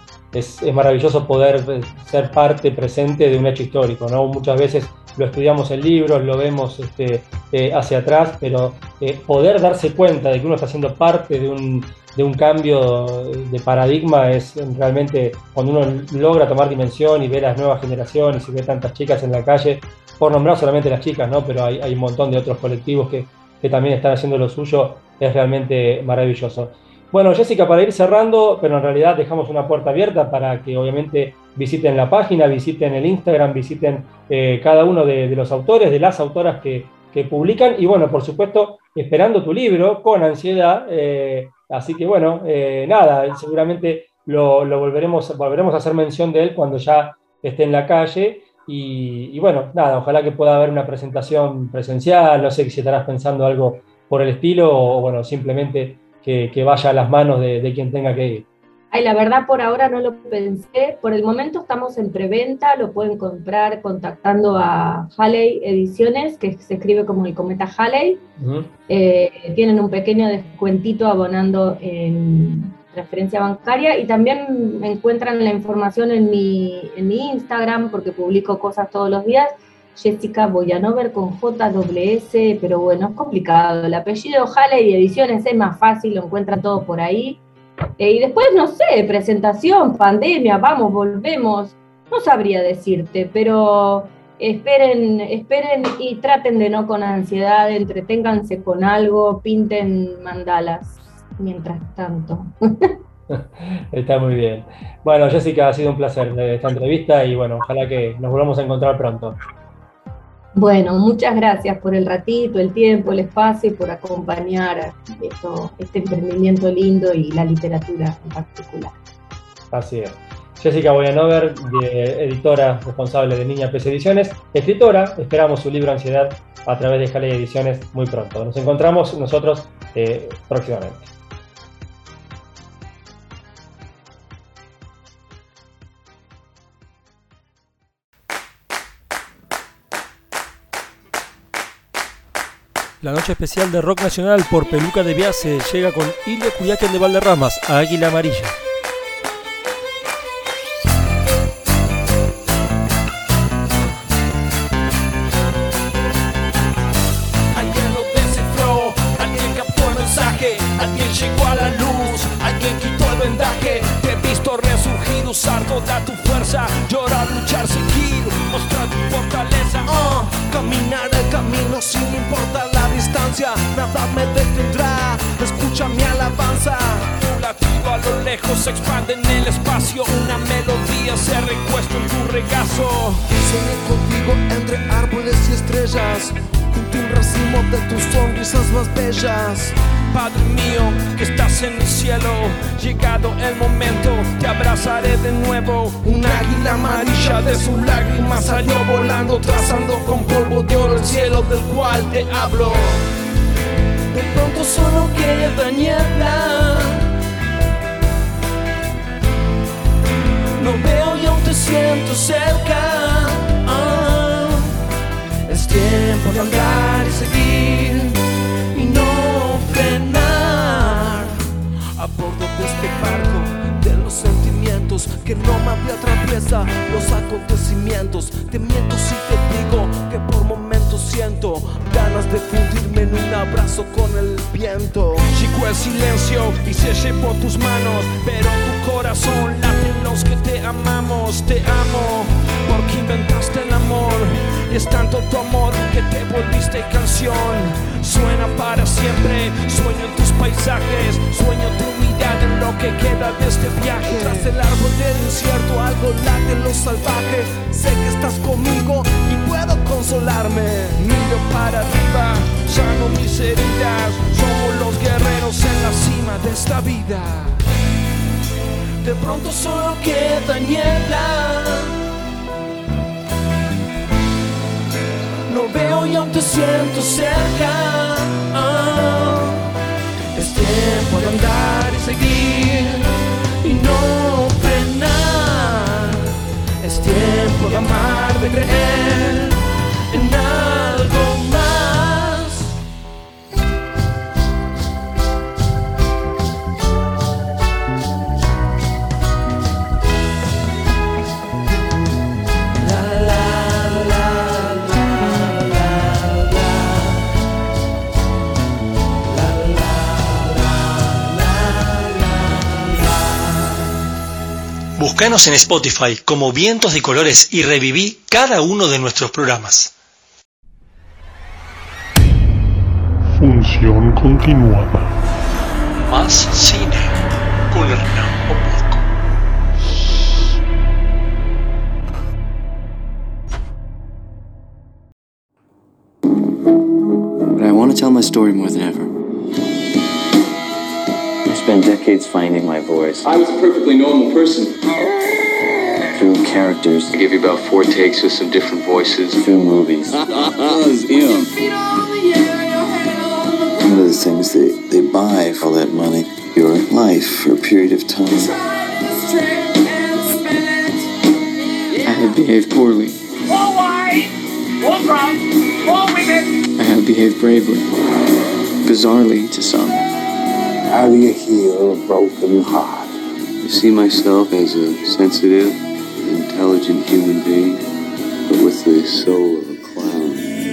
es maravilloso poder ser parte presente de un hecho histórico, ¿no? Muchas veces lo estudiamos en libros, lo vemos hacia atrás, pero poder darse cuenta de que uno está siendo parte de un cambio de paradigma es realmente cuando uno logra tomar dimensión y ve las nuevas generaciones y ve tantas chicas en la calle, por nombrar solamente las chicas, ¿no? Pero hay un montón de otros colectivos que también están haciendo lo suyo, es realmente maravilloso. Bueno, Jessica, para ir cerrando, pero en realidad dejamos una puerta abierta para que obviamente visiten la página, visiten el Instagram, visiten cada uno de los autores, de las autoras que publican, y bueno, por supuesto, esperando tu libro con ansiedad, así que bueno, nada, seguramente lo volveremos a hacer mención de él cuando ya esté en la calle, y bueno, nada, ojalá que pueda haber una presentación presencial, no sé si estarás pensando algo por el estilo, o bueno, simplemente que vaya a las manos de quien tenga que ir. Ay, la verdad por ahora no lo pensé. Por el momento estamos en preventa, lo pueden comprar contactando a Halley Ediciones, que se escribe como el cometa Halley. Uh-huh. Tienen un pequeño descuentito abonando en transferencia bancaria, y también encuentran la información en mi Instagram, porque publico cosas todos los días. Jessica Boyanover con JWS, pero bueno, es complicado. El apellido Halley Ediciones es más fácil, lo encuentran todo por ahí. Y después, no sé, presentación, pandemia, vamos, volvemos. No sabría decirte, pero esperen y traten de no con ansiedad, entreténganse con algo, pinten mandalas mientras tanto. Está muy bien. Bueno, Jessica, ha sido un placer esta entrevista, y bueno, ojalá que nos volvamos a encontrar pronto. Bueno, muchas gracias por el ratito, el tiempo, el espacio, y por acompañar este emprendimiento lindo y la literatura en particular. Así es. Jessica Boyanover, editora responsable de Niña Pez Ediciones, escritora. Esperamos su libro Ansiedad a través de Halley Ediciones muy pronto. Nos encontramos nosotros próximamente. La noche especial de rock nacional por Peluca de Viase llega con Ilia Curiaquén de Valderramas a Águila Amarilla. Alguien lo descifró, alguien captó el mensaje, alguien llegó a la luz, alguien quitó el vendaje. Te he visto resurgir, usar toda tu fuerza, llorar, luchar, seguir, mostrar tu fortaleza. Caminar el camino sin importar la distancia, nada me detendrá, escucha mi alabanza. Tu latido a lo lejos se expande en el espacio, una melodía se recuesta en tu regazo. Soñé contigo entre árboles y estrellas, junto a un racimo de tus sonrisas más bellas. Padre mío, que estás en el cielo, llegado el momento, te abrazaré de nuevo. Un águila amarilla de sus lágrimas salió volando, trazando con polvo de oro el cielo del cual te hablo. De pronto solo queda niebla, no veo y aún te siento cerca. Es tiempo de andar y seguir y no frenar a bordo de este barco del que no me atraviesa los acontecimientos. Te miento si te digo que por momentos siento ganas de fundirme en un abrazo con el viento. Chico el silencio y se llevó tus manos, pero tu corazón late en los que te amamos. Te amo porque inventaste el amor y es tanto tu amor que te volviste canción. Suena para siempre, sueño en tus paisajes, sueño tu mirada en lo que queda de este viaje. Tras el árbol del incierto algo late en lo salvaje. Sé que estás conmigo y puedo consolarme. Miro para arriba, sano mis heridas. Somos los guerreros en la cima de esta vida. De pronto solo queda niebla. No veo y aún te siento cerca. Es tiempo de andar y seguir y no frenar. Es tiempo de amar, de creer en algo más. La la la Búscanos en Spotify como Vientos de Colores y reviví cada uno de nuestros programas. Función continuada. Más cine con Hernán Popesco. But I want to tell my story more than ever. I spent decades finding my voice. I was a perfectly normal person. Through characters. I gave you about 4 takes with some different voices. Through movies. That was him. One of the things they buy for all that money, your life for a period of time. I have behaved poorly. All white, all drunk, all women. I have behaved bravely. Bizarrely to some. How do you heal a broken heart? I see myself as a sensitive, intelligent human being, but with the soul of a clown.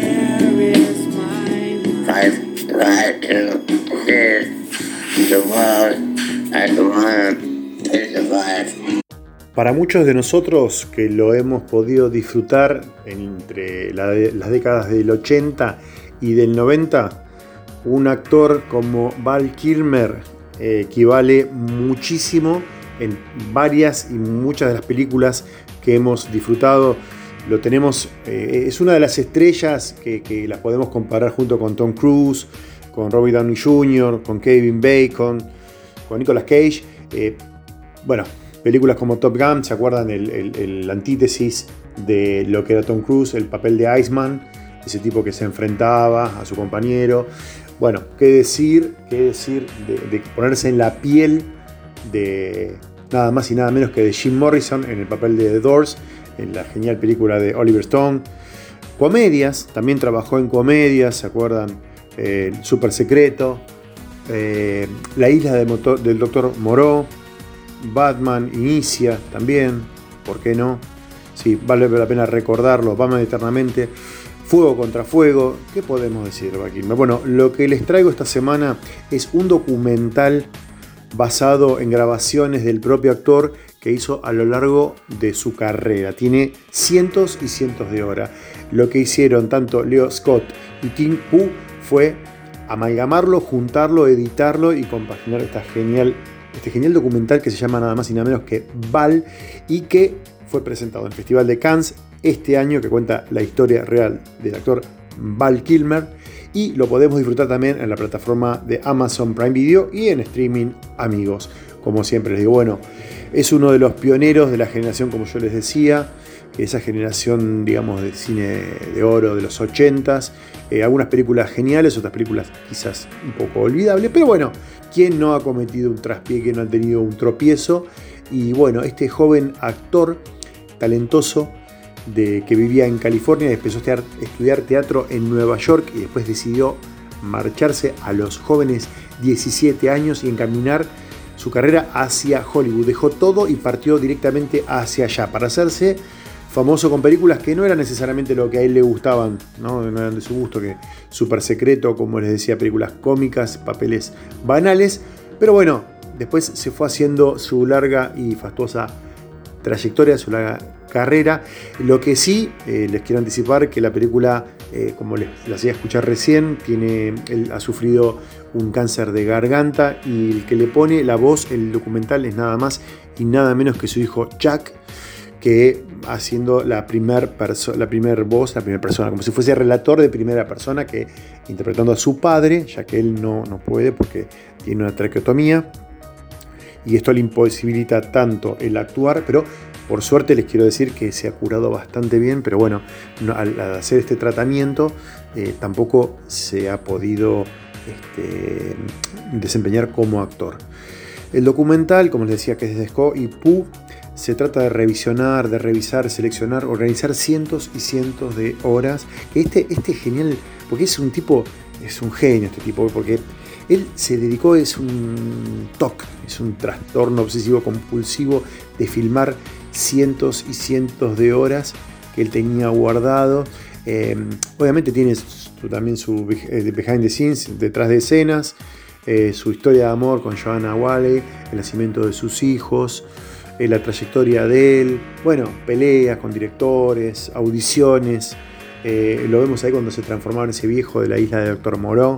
5 try to hit the world at the one is alive. Para muchos de nosotros que lo hemos podido disfrutar entre las décadas del 80 y del 90, un actor como Val Kilmer equivale muchísimo en varias y muchas de las películas que hemos disfrutado. Lo tenemos, es una de las estrellas que las podemos comparar junto con Tom Cruise, con Robert Downey Jr., con Kevin Bacon, con Nicolas Cage. Bueno, películas como Top Gun, ¿se acuerdan? El antítesis de lo que era Tom Cruise, el papel de Iceman, ese tipo que se enfrentaba a su compañero. Bueno, qué decir de ponerse en la piel de nada más y nada menos que de Jim Morrison en el papel de The Doors, en la genial película de Oliver Stone. Comedias, también trabajó en comedias, ¿se acuerdan? Super Secreto, La isla del Dr. Moreau, Batman Inicia también, ¿por qué no? Sí, vale la pena recordarlo, Batman Eternamente, Fuego contra Fuego. ¿Qué podemos decir, Joaquín? Bueno, lo que les traigo esta semana es un documental basado en grabaciones del propio actor que hizo a lo largo de su carrera. Tiene cientos y cientos de horas. Lo que hicieron tanto Leo Scott y Tim Pu fue amalgamarlo, juntarlo, editarlo y compaginar este genial documental que se llama nada más y nada menos que Val, y que fue presentado en el Festival de Cannes este año, que cuenta la historia real del actor Val Kilmer, y lo podemos disfrutar también en la plataforma de Amazon Prime Video y en streaming, amigos. Como siempre les digo, bueno, es uno de los pioneros de la generación, como yo les decía, esa generación, digamos, de cine de oro de los 80s. Algunas películas geniales, otras películas quizás un poco olvidables, pero bueno, ¿quién no ha cometido un traspié, quién no ha tenido un tropiezo? Y bueno, este joven actor talentoso que vivía en California, empezó a estudiar teatro en Nueva York y después decidió marcharse a los jóvenes 17 años y encaminar su carrera hacia Hollywood. Dejó todo y partió directamente hacia allá para hacerse famoso con películas que no eran necesariamente lo que a él le gustaban, no eran de su gusto, que Super Secreto, como les decía, películas cómicas, papeles banales, pero bueno, después se fue haciendo su larga y fastuosa trayectoria, su larga carrera. Lo que sí, les quiero anticipar que la película, como les hacía escuchar recién, él ha sufrido un cáncer de garganta y el que le pone la voz, el documental, es nada más y nada menos que su hijo Jack, que haciendo la primera voz, la primera persona, como si fuese relator de primera persona, que interpretando a su padre, ya que él no puede porque tiene una traqueotomía, y esto le imposibilita tanto el actuar, pero por suerte les quiero decir que se ha curado bastante bien, pero bueno, al hacer este tratamiento tampoco se ha podido desempeñar como actor. El documental, como les decía, que es de Scott y Pooh, se trata de revisionar, de revisar, seleccionar, organizar cientos y cientos de horas. Este es genial, porque es un genio este tipo, porque él se dedicó, es un TOC, es un trastorno obsesivo compulsivo de filmar cientos y cientos de horas que él tenía guardado. Obviamente tiene también su behind the scenes, detrás de escenas, su historia de amor con Joanna Whalley, el nacimiento de sus hijos, la trayectoria de él, bueno, peleas con directores, audiciones, lo vemos ahí cuando se transformaba en ese viejo de la isla de Dr. Moreau.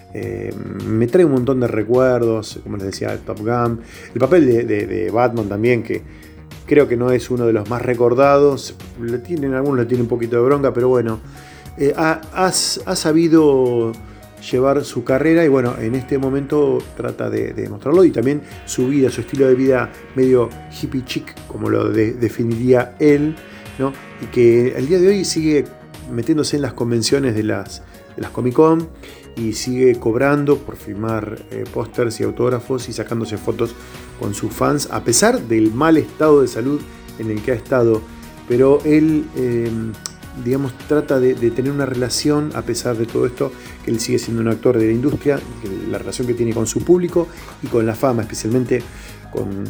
Me trae un montón de recuerdos, como les decía, Top Gun, el papel de Batman también, que creo que no es uno de los más recordados, algunos le tienen un poquito de bronca, pero bueno, ha sabido llevar su carrera y bueno, en este momento trata de mostrarlo, y también su vida, su estilo de vida medio hippie chic, como lo definiría él, ¿no? Y que el día de hoy sigue metiéndose en las convenciones de las Comic Con y sigue cobrando por firmar pósters y autógrafos y sacándose fotos con sus fans, a pesar del mal estado de salud en el que ha estado, pero él digamos, trata de tener una relación, a pesar de todo esto, que él sigue siendo un actor de la industria, la relación que tiene con su público y con la fama, especialmente con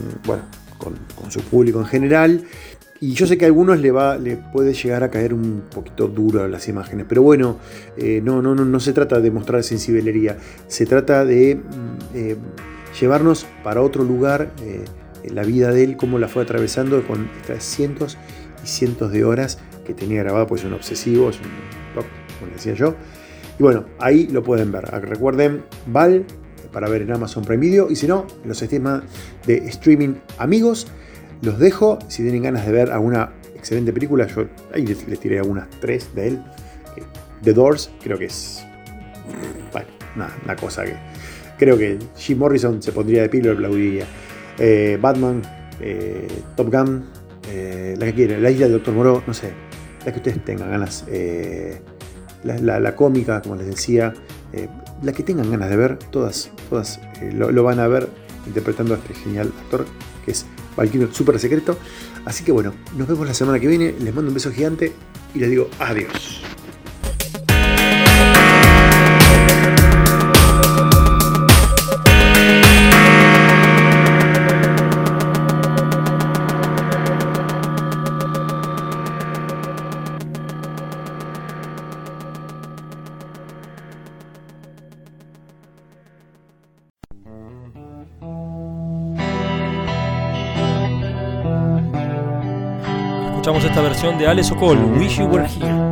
su público en general. Y yo sé que a algunos le puede llegar a caer un poquito duro las imágenes, pero bueno, no se trata de mostrar sensiblería, se trata de llevarnos para otro lugar la vida de él, cómo la fue atravesando con estas cientos y cientos de horas que tenía grabado, pues es un obsesivo, es un top, como decía yo. Y bueno, ahí lo pueden ver. Recuerden, Val, para ver en Amazon Prime Video, y si no, en los sistemas de streaming amigos. Los dejo. Si tienen ganas de ver alguna excelente película, yo ahí les tiré algunas 3 de él. The Doors, creo que es una cosa que creo que Jim Morrison se pondría de pie y lo aplaudiría. Batman, Top Gun, la que quieran, La isla del Dr. Moreau, no sé, la que ustedes tengan ganas, la cómica, como les decía, la que tengan ganas de ver, todas lo van a ver interpretando a este genial actor que es Val Kilmer, Super Secreto. Así que bueno, nos vemos la semana que viene, les mando un beso gigante y les digo adiós. Escuchamos esta versión de Ale Sokol, Wish You Were Here.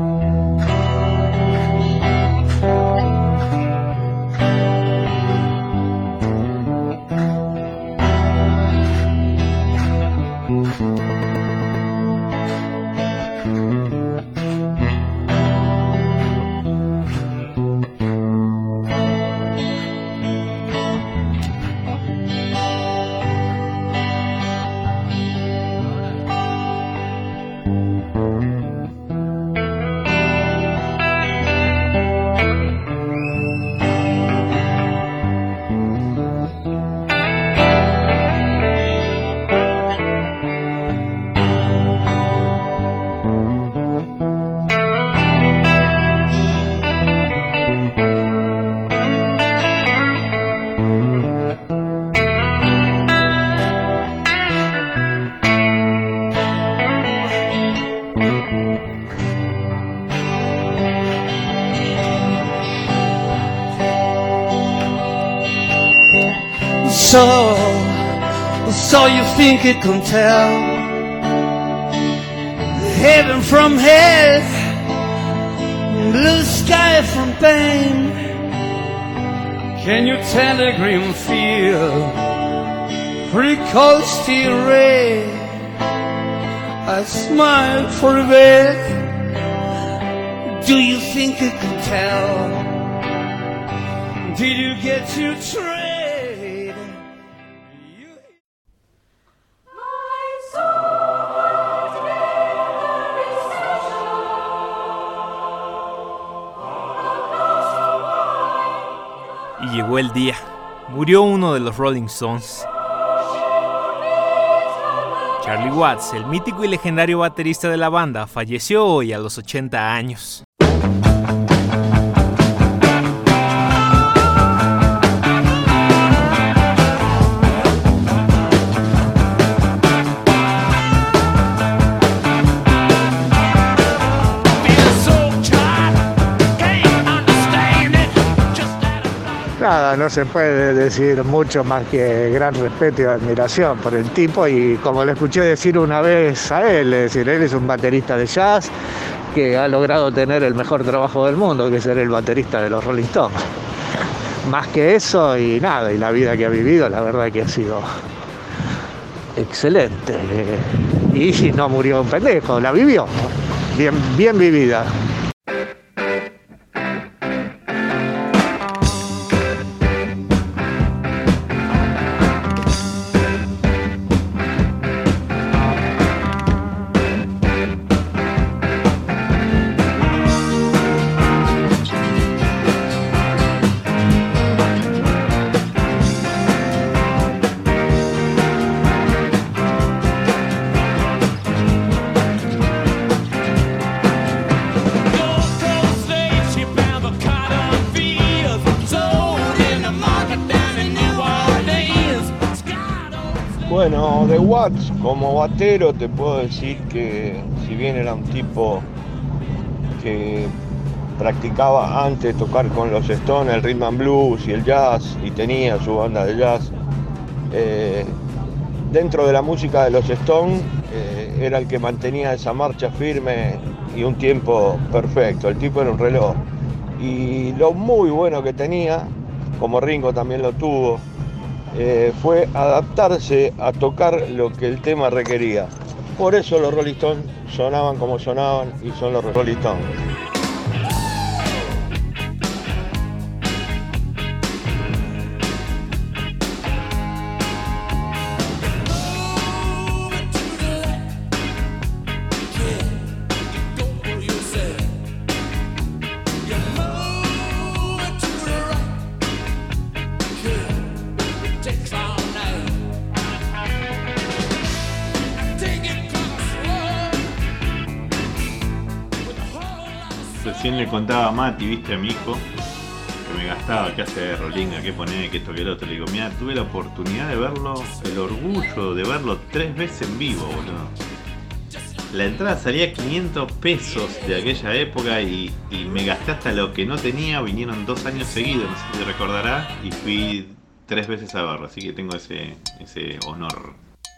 So you think it can tell heaven from hell, blue sky from pain? Can you tell a green field, recall still red? I smile for a bit. Do you think it can tell? Did you get to trade? Y llegó el día. Murió uno de los Rolling Stones. Charlie Watts, el mítico y legendario baterista de la banda, falleció hoy a los 80 años. Nada, no se puede decir mucho más que gran respeto y admiración por el tipo, y como le escuché decir una vez a él, es decir, él es un baterista de jazz que ha logrado tener el mejor trabajo del mundo, que es ser el baterista de los Rolling Stones. Más que eso y nada, y la vida que ha vivido, la verdad que ha sido excelente. Y no murió un pendejo, la vivió, bien vivida. Bueno, de Watts como batero te puedo decir que si bien era un tipo que practicaba antes de tocar con los Stones el rhythm and blues y el jazz, y tenía su banda de jazz, dentro de la música de los Stones era el que mantenía esa marcha firme y un tiempo perfecto. El tipo era un reloj, y lo muy bueno que tenía, como Ringo también lo tuvo, fue adaptarse a tocar lo que el tema requería. Por eso los Rolling Stones sonaban como sonaban y son los Rolling Stones. Recién le contaba a Mati, viste, a mi hijo, que me gastaba, qué hace de Rolinga, qué poner, que esto, que el otro. Le digo, mira, tuve la oportunidad de verlo, el orgullo de verlo 3 veces en vivo, boludo. La entrada salía 500 pesos de aquella época y me gasté hasta lo que no tenía. Vinieron 2 años seguidos, no sé si te recordarás, y fui 3 veces a verlo, así que tengo ese honor.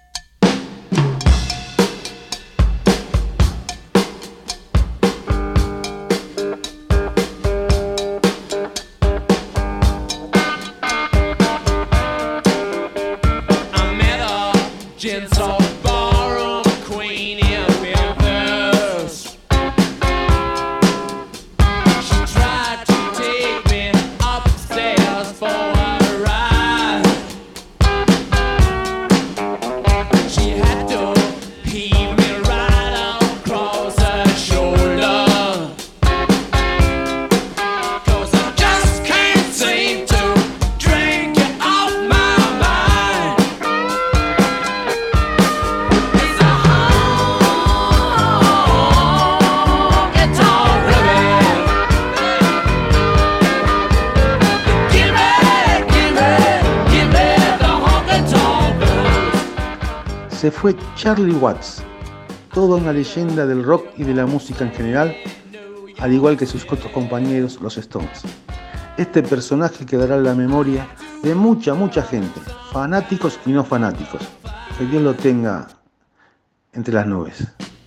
Se fue Charlie Watts, toda una leyenda del rock y de la música en general, al igual que sus otros compañeros, los Stones. Este personaje quedará en la memoria de mucha gente, fanáticos y no fanáticos. Que Dios lo tenga entre las nubes.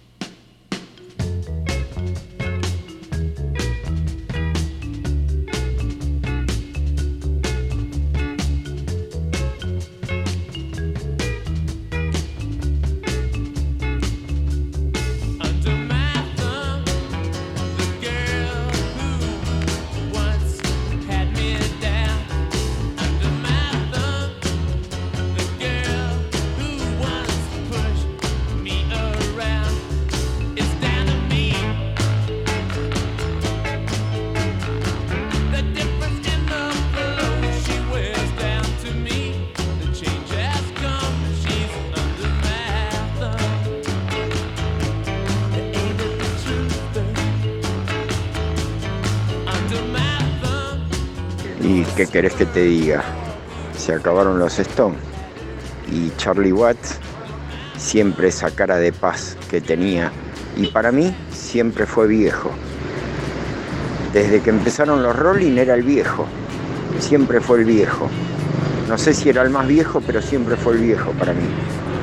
¿Y qué querés que te diga? Se acabaron los Stones. Y Charlie Watts, siempre esa cara de paz que tenía. Y para mí, siempre fue viejo. Desde que empezaron los Rolling era el viejo. Siempre fue el viejo. No sé si era el más viejo, pero siempre fue el viejo para mí.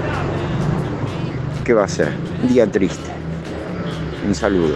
¿Qué va a ser? Un día triste. Un saludo.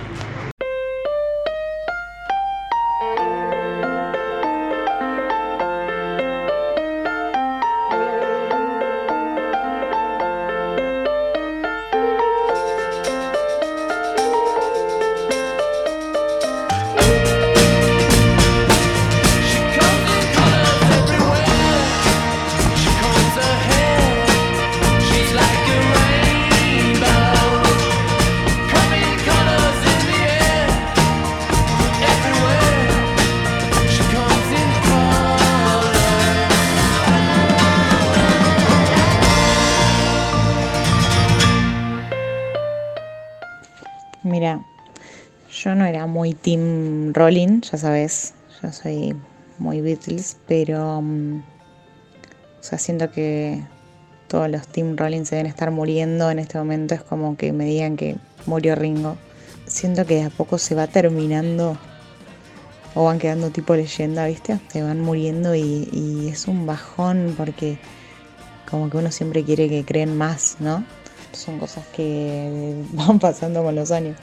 Mira, yo no era muy team Rolling, ya sabes, yo soy muy Beatles, pero o sea, siento que todos los team Rolling se deben estar muriendo en este momento. Es como que me digan que murió Ringo. Siento que de a poco se va terminando o van quedando tipo leyenda, ¿viste? Se van muriendo y es un bajón porque como que uno siempre quiere que creen más, ¿no? Son cosas que van pasando con los años.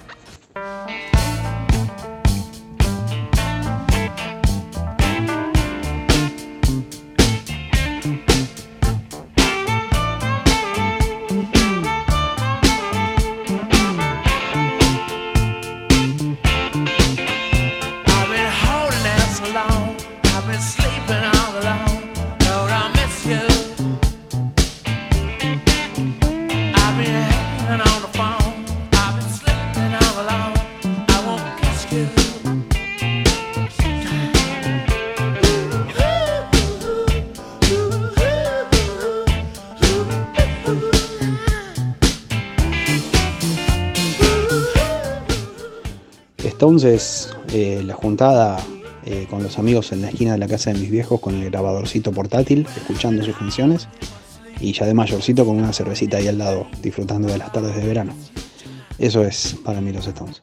Entonces, la juntada con los amigos en la esquina de la casa de mis viejos con el grabadorcito portátil, escuchando sus canciones, y ya de mayorcito con una cervecita ahí al lado, disfrutando de las tardes de verano. Eso es para mí los Stones.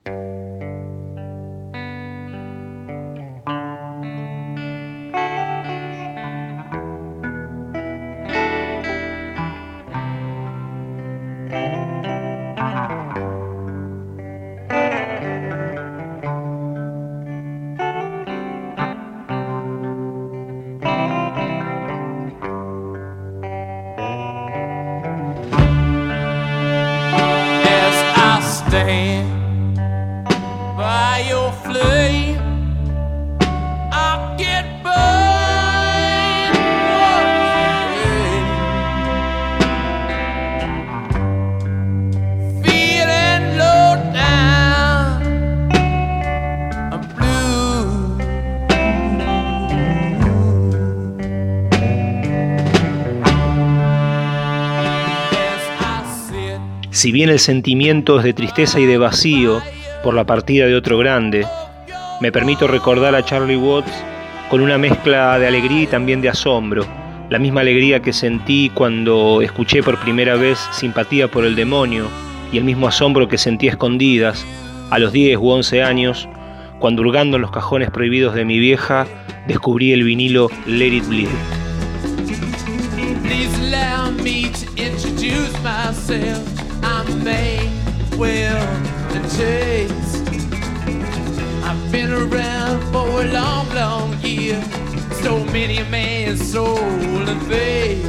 Si bien el sentimiento es de tristeza y de vacío por la partida de otro grande, me permito recordar a Charlie Watts con una mezcla de alegría y también de asombro, la misma alegría que sentí cuando escuché por primera vez Simpatía por el Demonio y el mismo asombro que sentí a escondidas a los 10 u 11 años cuando hurgando en los cajones prohibidos de mi vieja, descubrí el vinilo Let It Bleed. Please allow me to introduce myself. I'm May, Will, and Chase. I've been around for a long, long year. So many a man's soul and faith.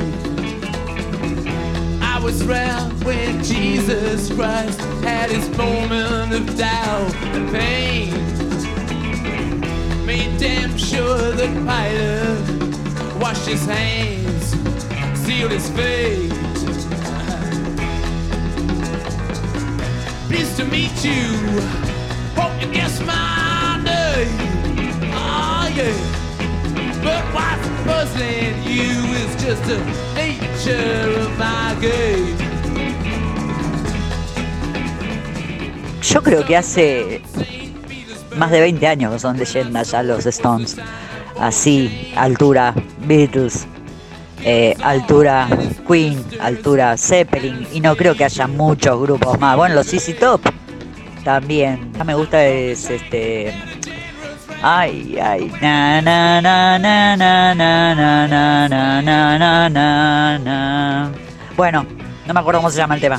I was around when Jesus Christ had his moment of doubt and pain. Made damn sure that Pilate washed his hands, sealed his fate. Pleased to meet you. Hope you guess my name. Oh yeah. But what's puzzling you is just the nature of my game. Yo creo que hace más de 20 años que son leyendas ya los Stones. Así, altura Beatles, altura Queen, altura Zeppelin, y no creo que haya muchos grupos más. Bueno, los ZZ Top también. Me gusta es ay, na na na na na na na na na na na na. Bueno, no me acuerdo cómo se llama el tema.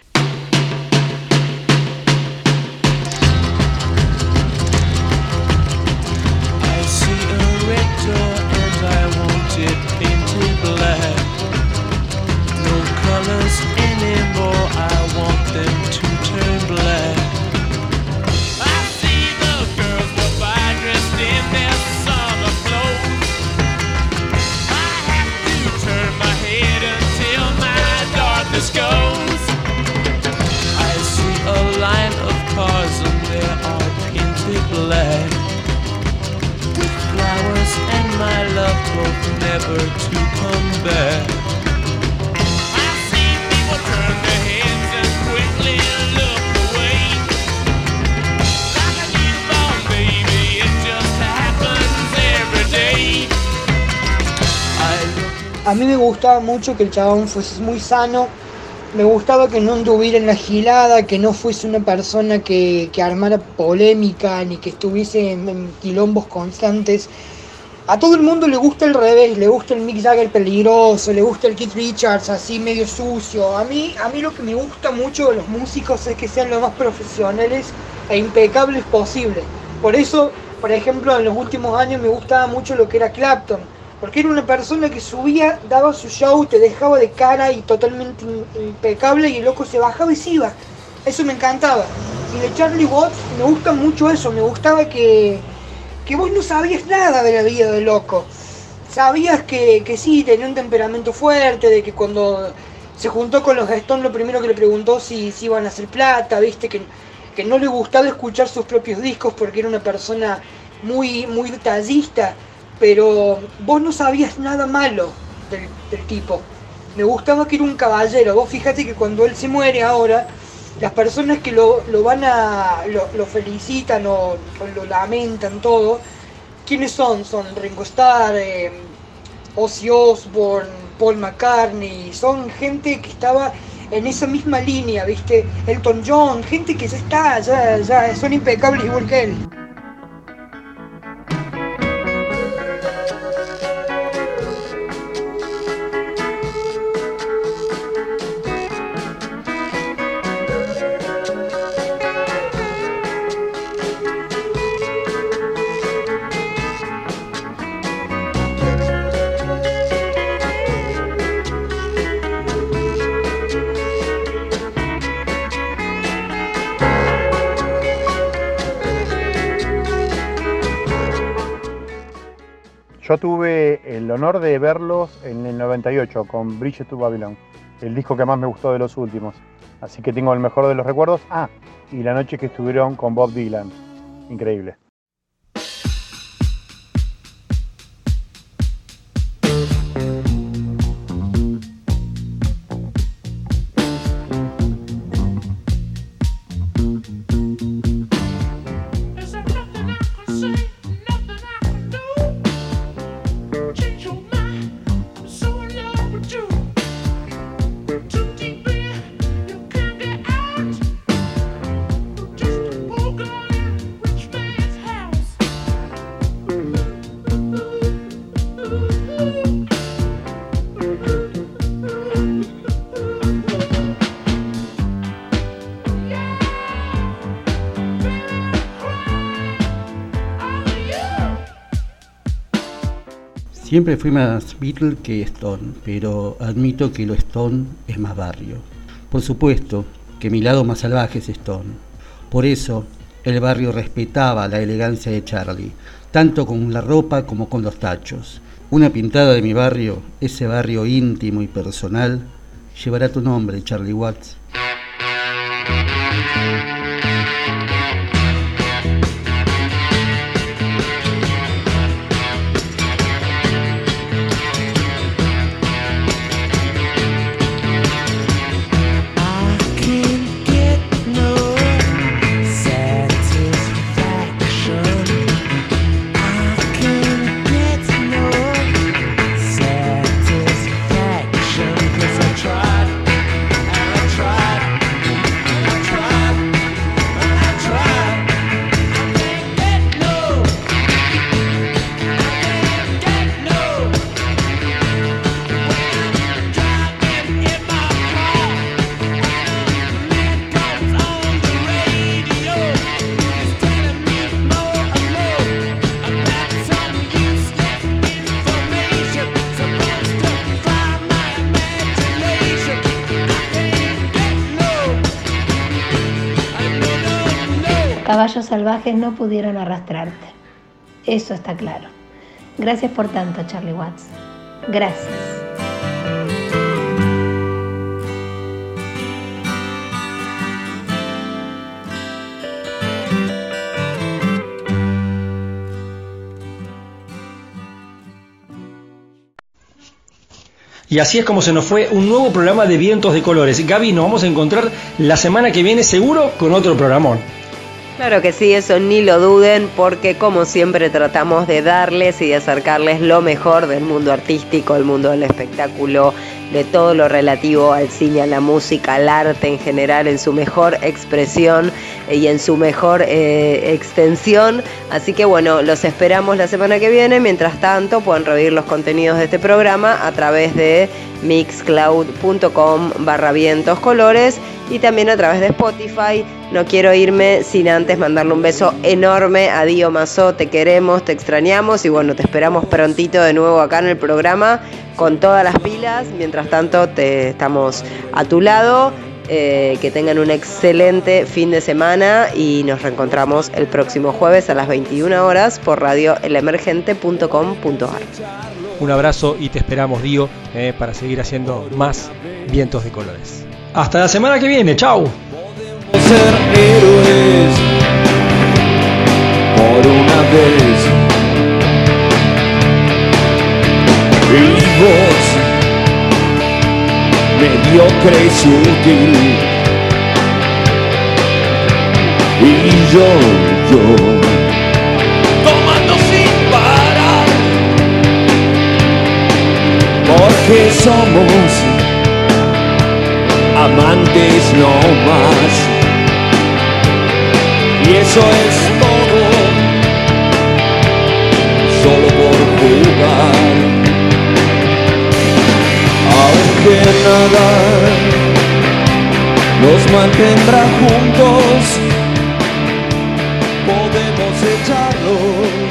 Never to come back. I see people turn their heads and quickly look away. Like a newborn baby, it just happens every day. A mí me gustaba mucho que el chabón fuese muy sano. Me gustaba que no anduviera en la gilada, que no fuese una persona que armara polémica ni que estuviese en quilombos constantes. A todo el mundo le gusta el revés, le gusta el Mick Jagger peligroso, le gusta el Keith Richards así medio sucio. A mí lo que me gusta mucho de los músicos es que sean lo más profesionales e impecables posible. Por eso, por ejemplo, en los últimos años me gustaba mucho lo que era Clapton, porque era una persona que subía, daba su show, te dejaba de cara y totalmente impecable, y el loco se bajaba y se iba. Eso me encantaba. Y de Charlie Watts me gusta mucho eso, me gustaba que vos no sabías nada de la vida del loco. Sabías que sí, tenía un temperamento fuerte, de que cuando se juntó con los Stones lo primero que le preguntó si iban a hacer plata, viste, que no le gustaba escuchar sus propios discos porque era una persona muy, muy detallista, pero vos no sabías nada malo del tipo. Me gustaba que era un caballero. Vos fíjate que cuando él se muere ahora, las personas que lo felicitan o lo lamentan todo, ¿quiénes son? Son Ringo Starr, Ozzy Osbourne, Paul McCartney. Son gente que estaba en esa misma línea, ¿viste? Elton John, gente que ya son impecables igual que él. Yo tuve el honor de verlos en el 98 con Bridge to Babylon, el disco que más me gustó de los últimos. Así que tengo el mejor de los recuerdos. Y la noche que estuvieron con Bob Dylan. Increíble. Siempre fui más Beatle que Stone, pero admito que lo Stone es más barrio. Por supuesto que mi lado más salvaje es Stone. Por eso el barrio respetaba la elegancia de Charlie, tanto con la ropa como con los tachos. Una pintada de mi barrio, ese barrio íntimo y personal, llevará tu nombre, Charlie Watts. Caballos salvajes no pudieron arrastrarte. Eso está claro. Gracias por tanto, Charlie Watts. Gracias. Y así es como se nos fue un nuevo programa de Vientos de Colores. Gaby, nos vamos a encontrar la semana que viene seguro con otro programón. Claro que sí, eso ni lo duden, porque como siempre tratamos de darles y de acercarles lo mejor del mundo artístico, el mundo del espectáculo, de todo lo relativo al cine, a la música, al arte en general, en su mejor expresión y en su mejor extensión. Así que bueno, los esperamos la semana que viene. Mientras tanto, pueden revivir los contenidos de este programa a través de mixcloud.com/vientoscolores y también a través de Spotify. No quiero irme sin antes mandarle un beso enorme a Dio Mazó. Te queremos, te extrañamos y bueno, te esperamos prontito de nuevo acá en el programa con todas las pilas. Mientras tanto, estamos a tu lado. Que tengan un excelente fin de semana y nos reencontramos el próximo jueves a las 21 horas por radioelemergente.com.ar. Un abrazo y te esperamos, Dio, para seguir haciendo más Vientos de Colores. Hasta la semana que viene, chau. Ser héroes por una vez. Y vos, mediocre y sutil, y yo, tomando sin parar, porque somos amantes no más. Y eso es todo, solo por jugar. Aunque nada nos mantendrá juntos, podemos echarnos